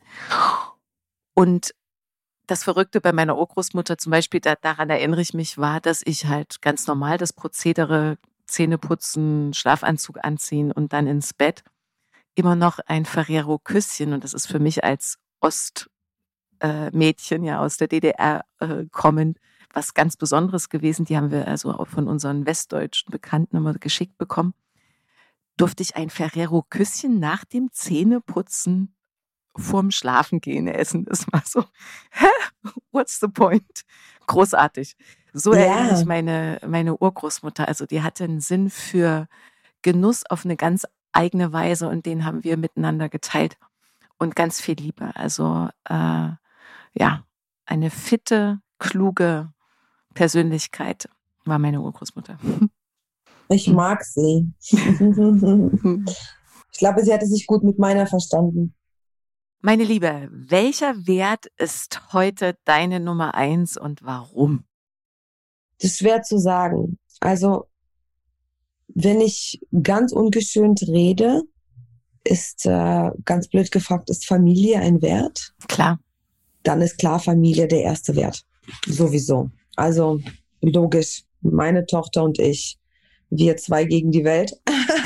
Und das Verrückte bei meiner Urgroßmutter zum Beispiel, da, daran erinnere ich mich, war, dass ich halt ganz normal das Prozedere Zähne putzen, Schlafanzug anziehen und dann ins Bett immer noch ein Ferrero-Küsschen, und das ist für mich als Ostmädchen, äh, ja aus der D D R äh, kommend, was ganz Besonderes gewesen. Die haben wir also auch von unseren westdeutschen Bekannten immer geschickt bekommen. Durfte ich ein Ferrero-Küsschen nach dem Zähneputzen vorm Schlafengehen essen. Das war so, hä? What's the point? Großartig. So Ja. erinnere ich meine, meine Urgroßmutter. Also die hatte einen Sinn für Genuss auf eine ganz eigene Weise und den haben wir miteinander geteilt. Und ganz viel Liebe. Also äh, ja, eine fitte, kluge Persönlichkeit war meine Urgroßmutter. Ich mag sie. Ich glaube, sie hatte sich gut mit meiner verstanden. Meine Liebe, welcher Wert ist heute deine Nummer eins und warum? Das ist schwer zu sagen. Also, wenn ich ganz ungeschönt rede, ist, äh, ganz blöd gefragt, ist Familie ein Wert? Klar. Dann ist klar Familie der erste Wert. Sowieso. Also, logisch, meine Tochter und ich, wir zwei gegen die Welt.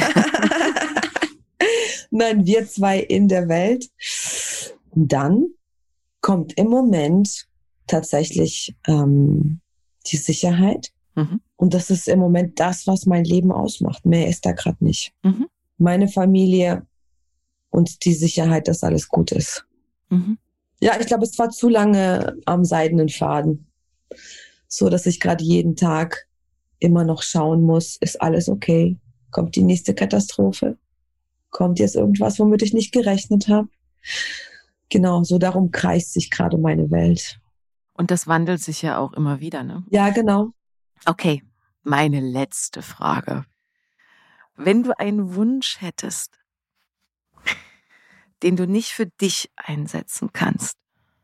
Nein, wir zwei in der Welt. Dann kommt im Moment tatsächlich ähm, die Sicherheit. Mhm. Und das ist im Moment das, was mein Leben ausmacht. Mehr ist da gerade nicht. Mhm. Meine Familie und die Sicherheit, dass alles gut ist. Mhm. Ja, ich glaube, es war zu lange am seidenen Faden. So, dass ich gerade jeden Tag immer noch schauen muss, ist alles okay? Kommt die nächste Katastrophe? Kommt jetzt irgendwas, womit ich nicht gerechnet habe? Genau, so darum kreist sich gerade meine Welt. Und das wandelt sich ja auch immer wieder, ne? Ja, genau. Okay, meine letzte Frage. Wenn du einen Wunsch hättest, den du nicht für dich einsetzen kannst,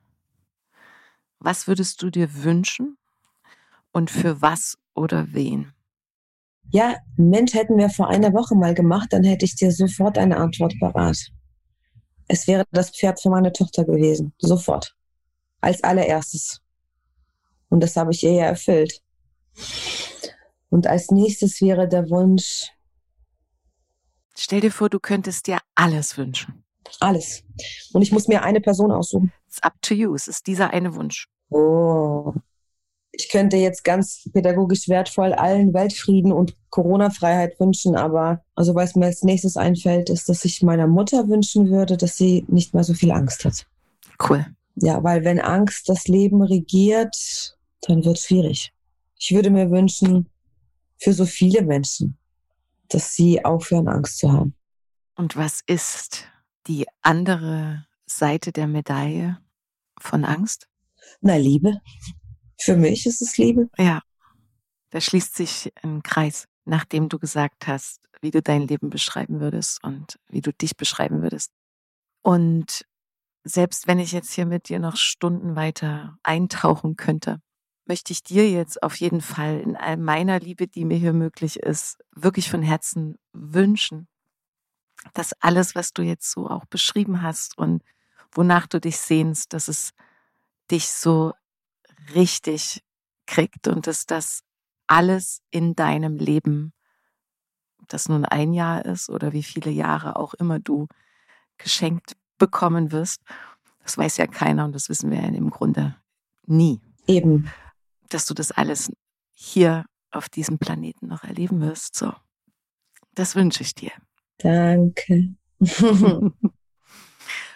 was würdest du dir wünschen und für was oder wen? Ja, Mensch, hätten wir vor einer Woche mal gemacht, dann hätte ich dir sofort eine Antwort parat. Es wäre das Pferd für meine Tochter gewesen. Sofort. Als allererstes. Und das habe ich ihr ja erfüllt. Und als nächstes wäre der Wunsch, Stell dir vor, du könntest dir alles wünschen. alles. Und ich muss mir eine Person aussuchen. It's up to you. Es ist dieser eine Wunsch. Oh. Ich könnte jetzt ganz pädagogisch wertvoll allen Weltfrieden und Corona-Freiheit wünschen, aber also was mir als nächstes einfällt, ist, dass ich meiner Mutter wünschen würde, dass sie nicht mehr so viel Angst hat. Cool. Ja, weil wenn Angst das Leben regiert, dann wird es schwierig. Ich würde mir wünschen, für so viele Menschen, dass sie aufhören, Angst zu haben. Und was ist die andere Seite der Medaille von Angst? Na, Liebe. Für mich ist es Liebe. Ja, da schließt sich ein Kreis, nachdem du gesagt hast, wie du dein Leben beschreiben würdest und wie du dich beschreiben würdest. Und selbst wenn ich jetzt hier mit dir noch Stunden weiter eintauchen könnte, möchte ich dir jetzt auf jeden Fall in all meiner Liebe, die mir hier möglich ist, wirklich von Herzen wünschen, dass alles, was du jetzt so auch beschrieben hast und wonach du dich sehnst, dass es dich so richtig kriegt und dass das alles in deinem Leben, ob das nun ein Jahr ist oder wie viele Jahre auch immer du geschenkt bekommen wirst, das weiß ja keiner und das wissen wir ja im Grunde nie. Eben. Dass du das alles hier auf diesem Planeten noch erleben wirst. So, das wünsche ich dir. Danke.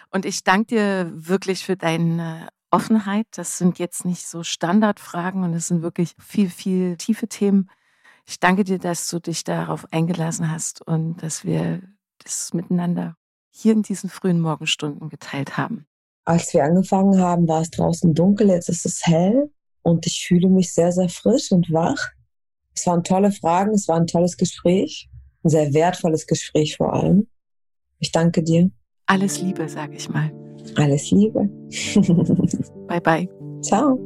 Und ich danke dir wirklich für deine Offenheit. Das sind jetzt nicht so Standardfragen und es sind wirklich viel, viel tiefe Themen. Ich danke dir, dass du dich darauf eingelassen hast und dass wir das miteinander hier in diesen frühen Morgenstunden geteilt haben. Als wir angefangen haben, war es draußen dunkel, jetzt ist es hell und ich fühle mich sehr, sehr frisch und wach. Es waren tolle Fragen, es war ein tolles Gespräch, ein sehr wertvolles Gespräch vor allem. Ich danke dir. Alles Liebe, sage ich mal. Alles Liebe. Bye, bye. Ciao.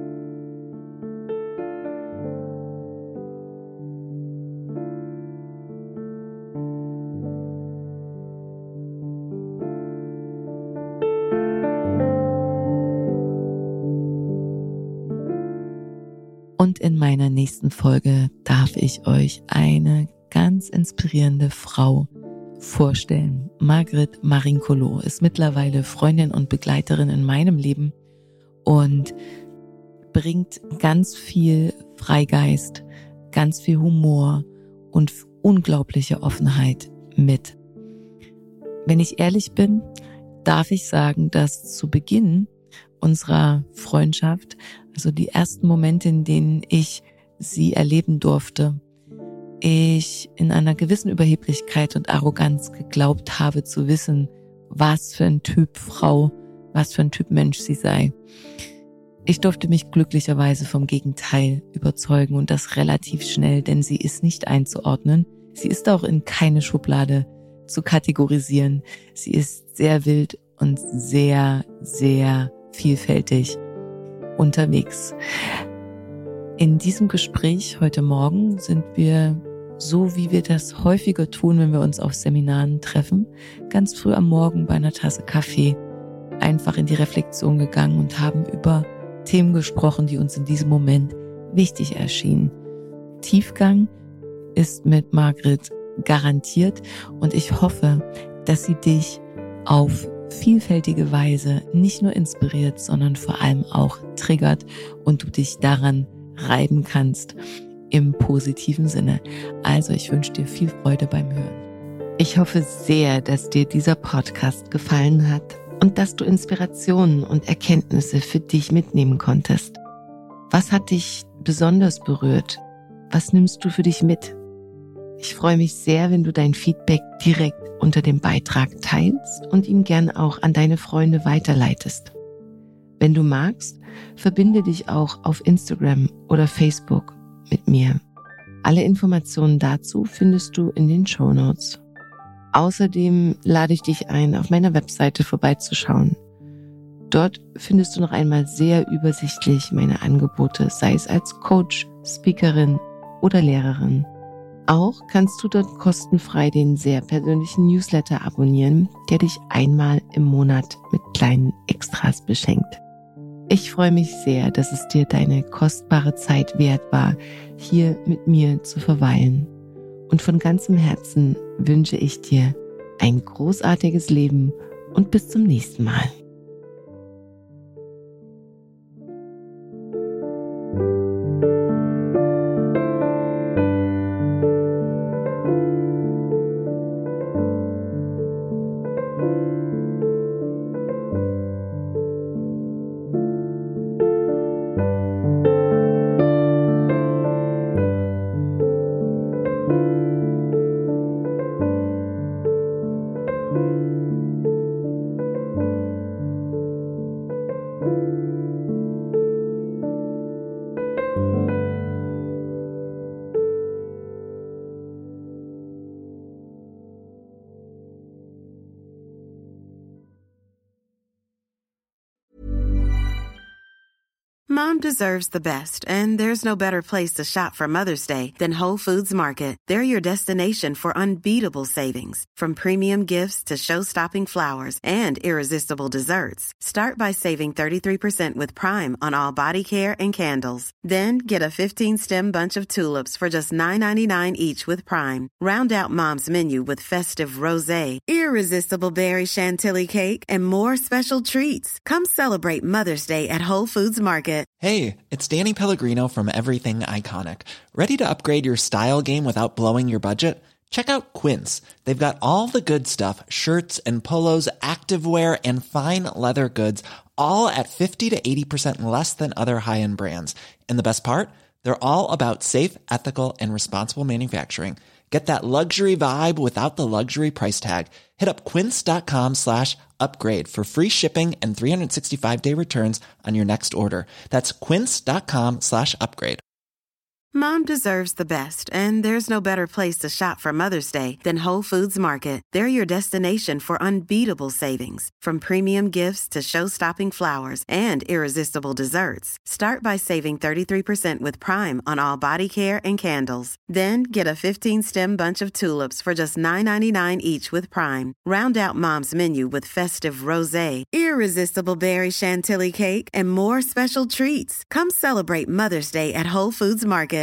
Und in meiner nächsten Folge darf ich euch eine ganz inspirierende Frau vorstellen. Margrit Marinkolo ist mittlerweile Freundin und Begleiterin in meinem Leben und bringt ganz viel Freigeist, ganz viel Humor und unglaubliche Offenheit mit. Wenn ich ehrlich bin, darf ich sagen, dass zu Beginn unserer Freundschaft, also die ersten Momente, in denen ich sie erleben durfte, ich in einer gewissen Überheblichkeit und Arroganz geglaubt habe zu wissen, was für ein Typ Frau, was für ein Typ Mensch sie sei. Ich durfte mich glücklicherweise vom Gegenteil überzeugen und das relativ schnell, denn sie ist nicht einzuordnen. Sie ist auch in keine Schublade zu kategorisieren. Sie ist sehr wild und sehr, sehr vielfältig unterwegs. In diesem Gespräch heute Morgen sind wir, so wie wir das häufiger tun, wenn wir uns auf Seminaren treffen, ganz früh am Morgen bei einer Tasse Kaffee einfach in die Reflexion gegangen und haben über Themen gesprochen, die uns in diesem Moment wichtig erschienen. Tiefgang ist mit Margrit garantiert und ich hoffe, dass sie dich auf vielfältige Weise nicht nur inspiriert, sondern vor allem auch triggert und du dich daran reiben kannst im positiven Sinne. Also ich wünsche dir viel Freude beim Hören. Ich hoffe sehr, dass dir dieser Podcast gefallen hat und dass du Inspirationen und Erkenntnisse für dich mitnehmen konntest. Was hat dich besonders berührt? Was nimmst du für dich mit? Ich freue mich sehr, wenn du dein Feedback direkt unter dem Beitrag teilst und ihn gern auch an deine Freunde weiterleitest. Wenn du magst, verbinde dich auch auf Instagram oder Facebook mit mir. Alle Informationen dazu findest du in den Shownotes. Außerdem lade ich dich ein, auf meiner Webseite vorbeizuschauen. Dort findest du noch einmal sehr übersichtlich meine Angebote, sei es als Coach, Speakerin oder Lehrerin. Auch kannst du dort kostenfrei den sehr persönlichen Newsletter abonnieren, der dich einmal im Monat mit kleinen Extras beschenkt. Ich freue mich sehr, dass es dir deine kostbare Zeit wert war, hier mit mir zu verweilen. Und von ganzem Herzen wünsche ich dir ein großartiges Leben und bis zum nächsten Mal. Mom deserves the best, and there's no better place to shop for Mother's Day than Whole Foods Market. They're your destination for unbeatable savings, from premium gifts to show-stopping flowers and irresistible desserts. Start by saving thirty-three percent with Prime on all body care and candles. Then get a fifteen-stem bunch of tulips for just nine ninety-nine each with Prime. Round out Mom's menu with festive rosé, irresistible berry chantilly cake, and more special treats. Come celebrate Mother's Day at Whole Foods Market. Hey, it's Danny Pellegrino from Everything Iconic. Ready to upgrade your style game without blowing your budget? Check out Quince. They've got all the good stuff, shirts and polos, activewear, and fine leather goods, all at fifty to eighty percent less than other high-end brands. And the best part? They're all about safe, ethical, and responsible manufacturing. Get that luxury vibe without the luxury price tag. Hit up quince.com slash upgrade for free shipping and three sixty-five day returns on your next order. That's quince.com slash upgrade. Mom deserves the best, and there's no better place to shop for Mother's Day than Whole Foods Market. They're your destination for unbeatable savings, from premium gifts to show-stopping flowers and irresistible desserts. Start by saving thirty-three percent with Prime on all body care and candles. Then get a fifteen-stem bunch of tulips for just nine ninety-nine each with Prime. Round out Mom's menu with festive rosé, irresistible berry chantilly cake, and more special treats. Come celebrate Mother's Day at Whole Foods Market.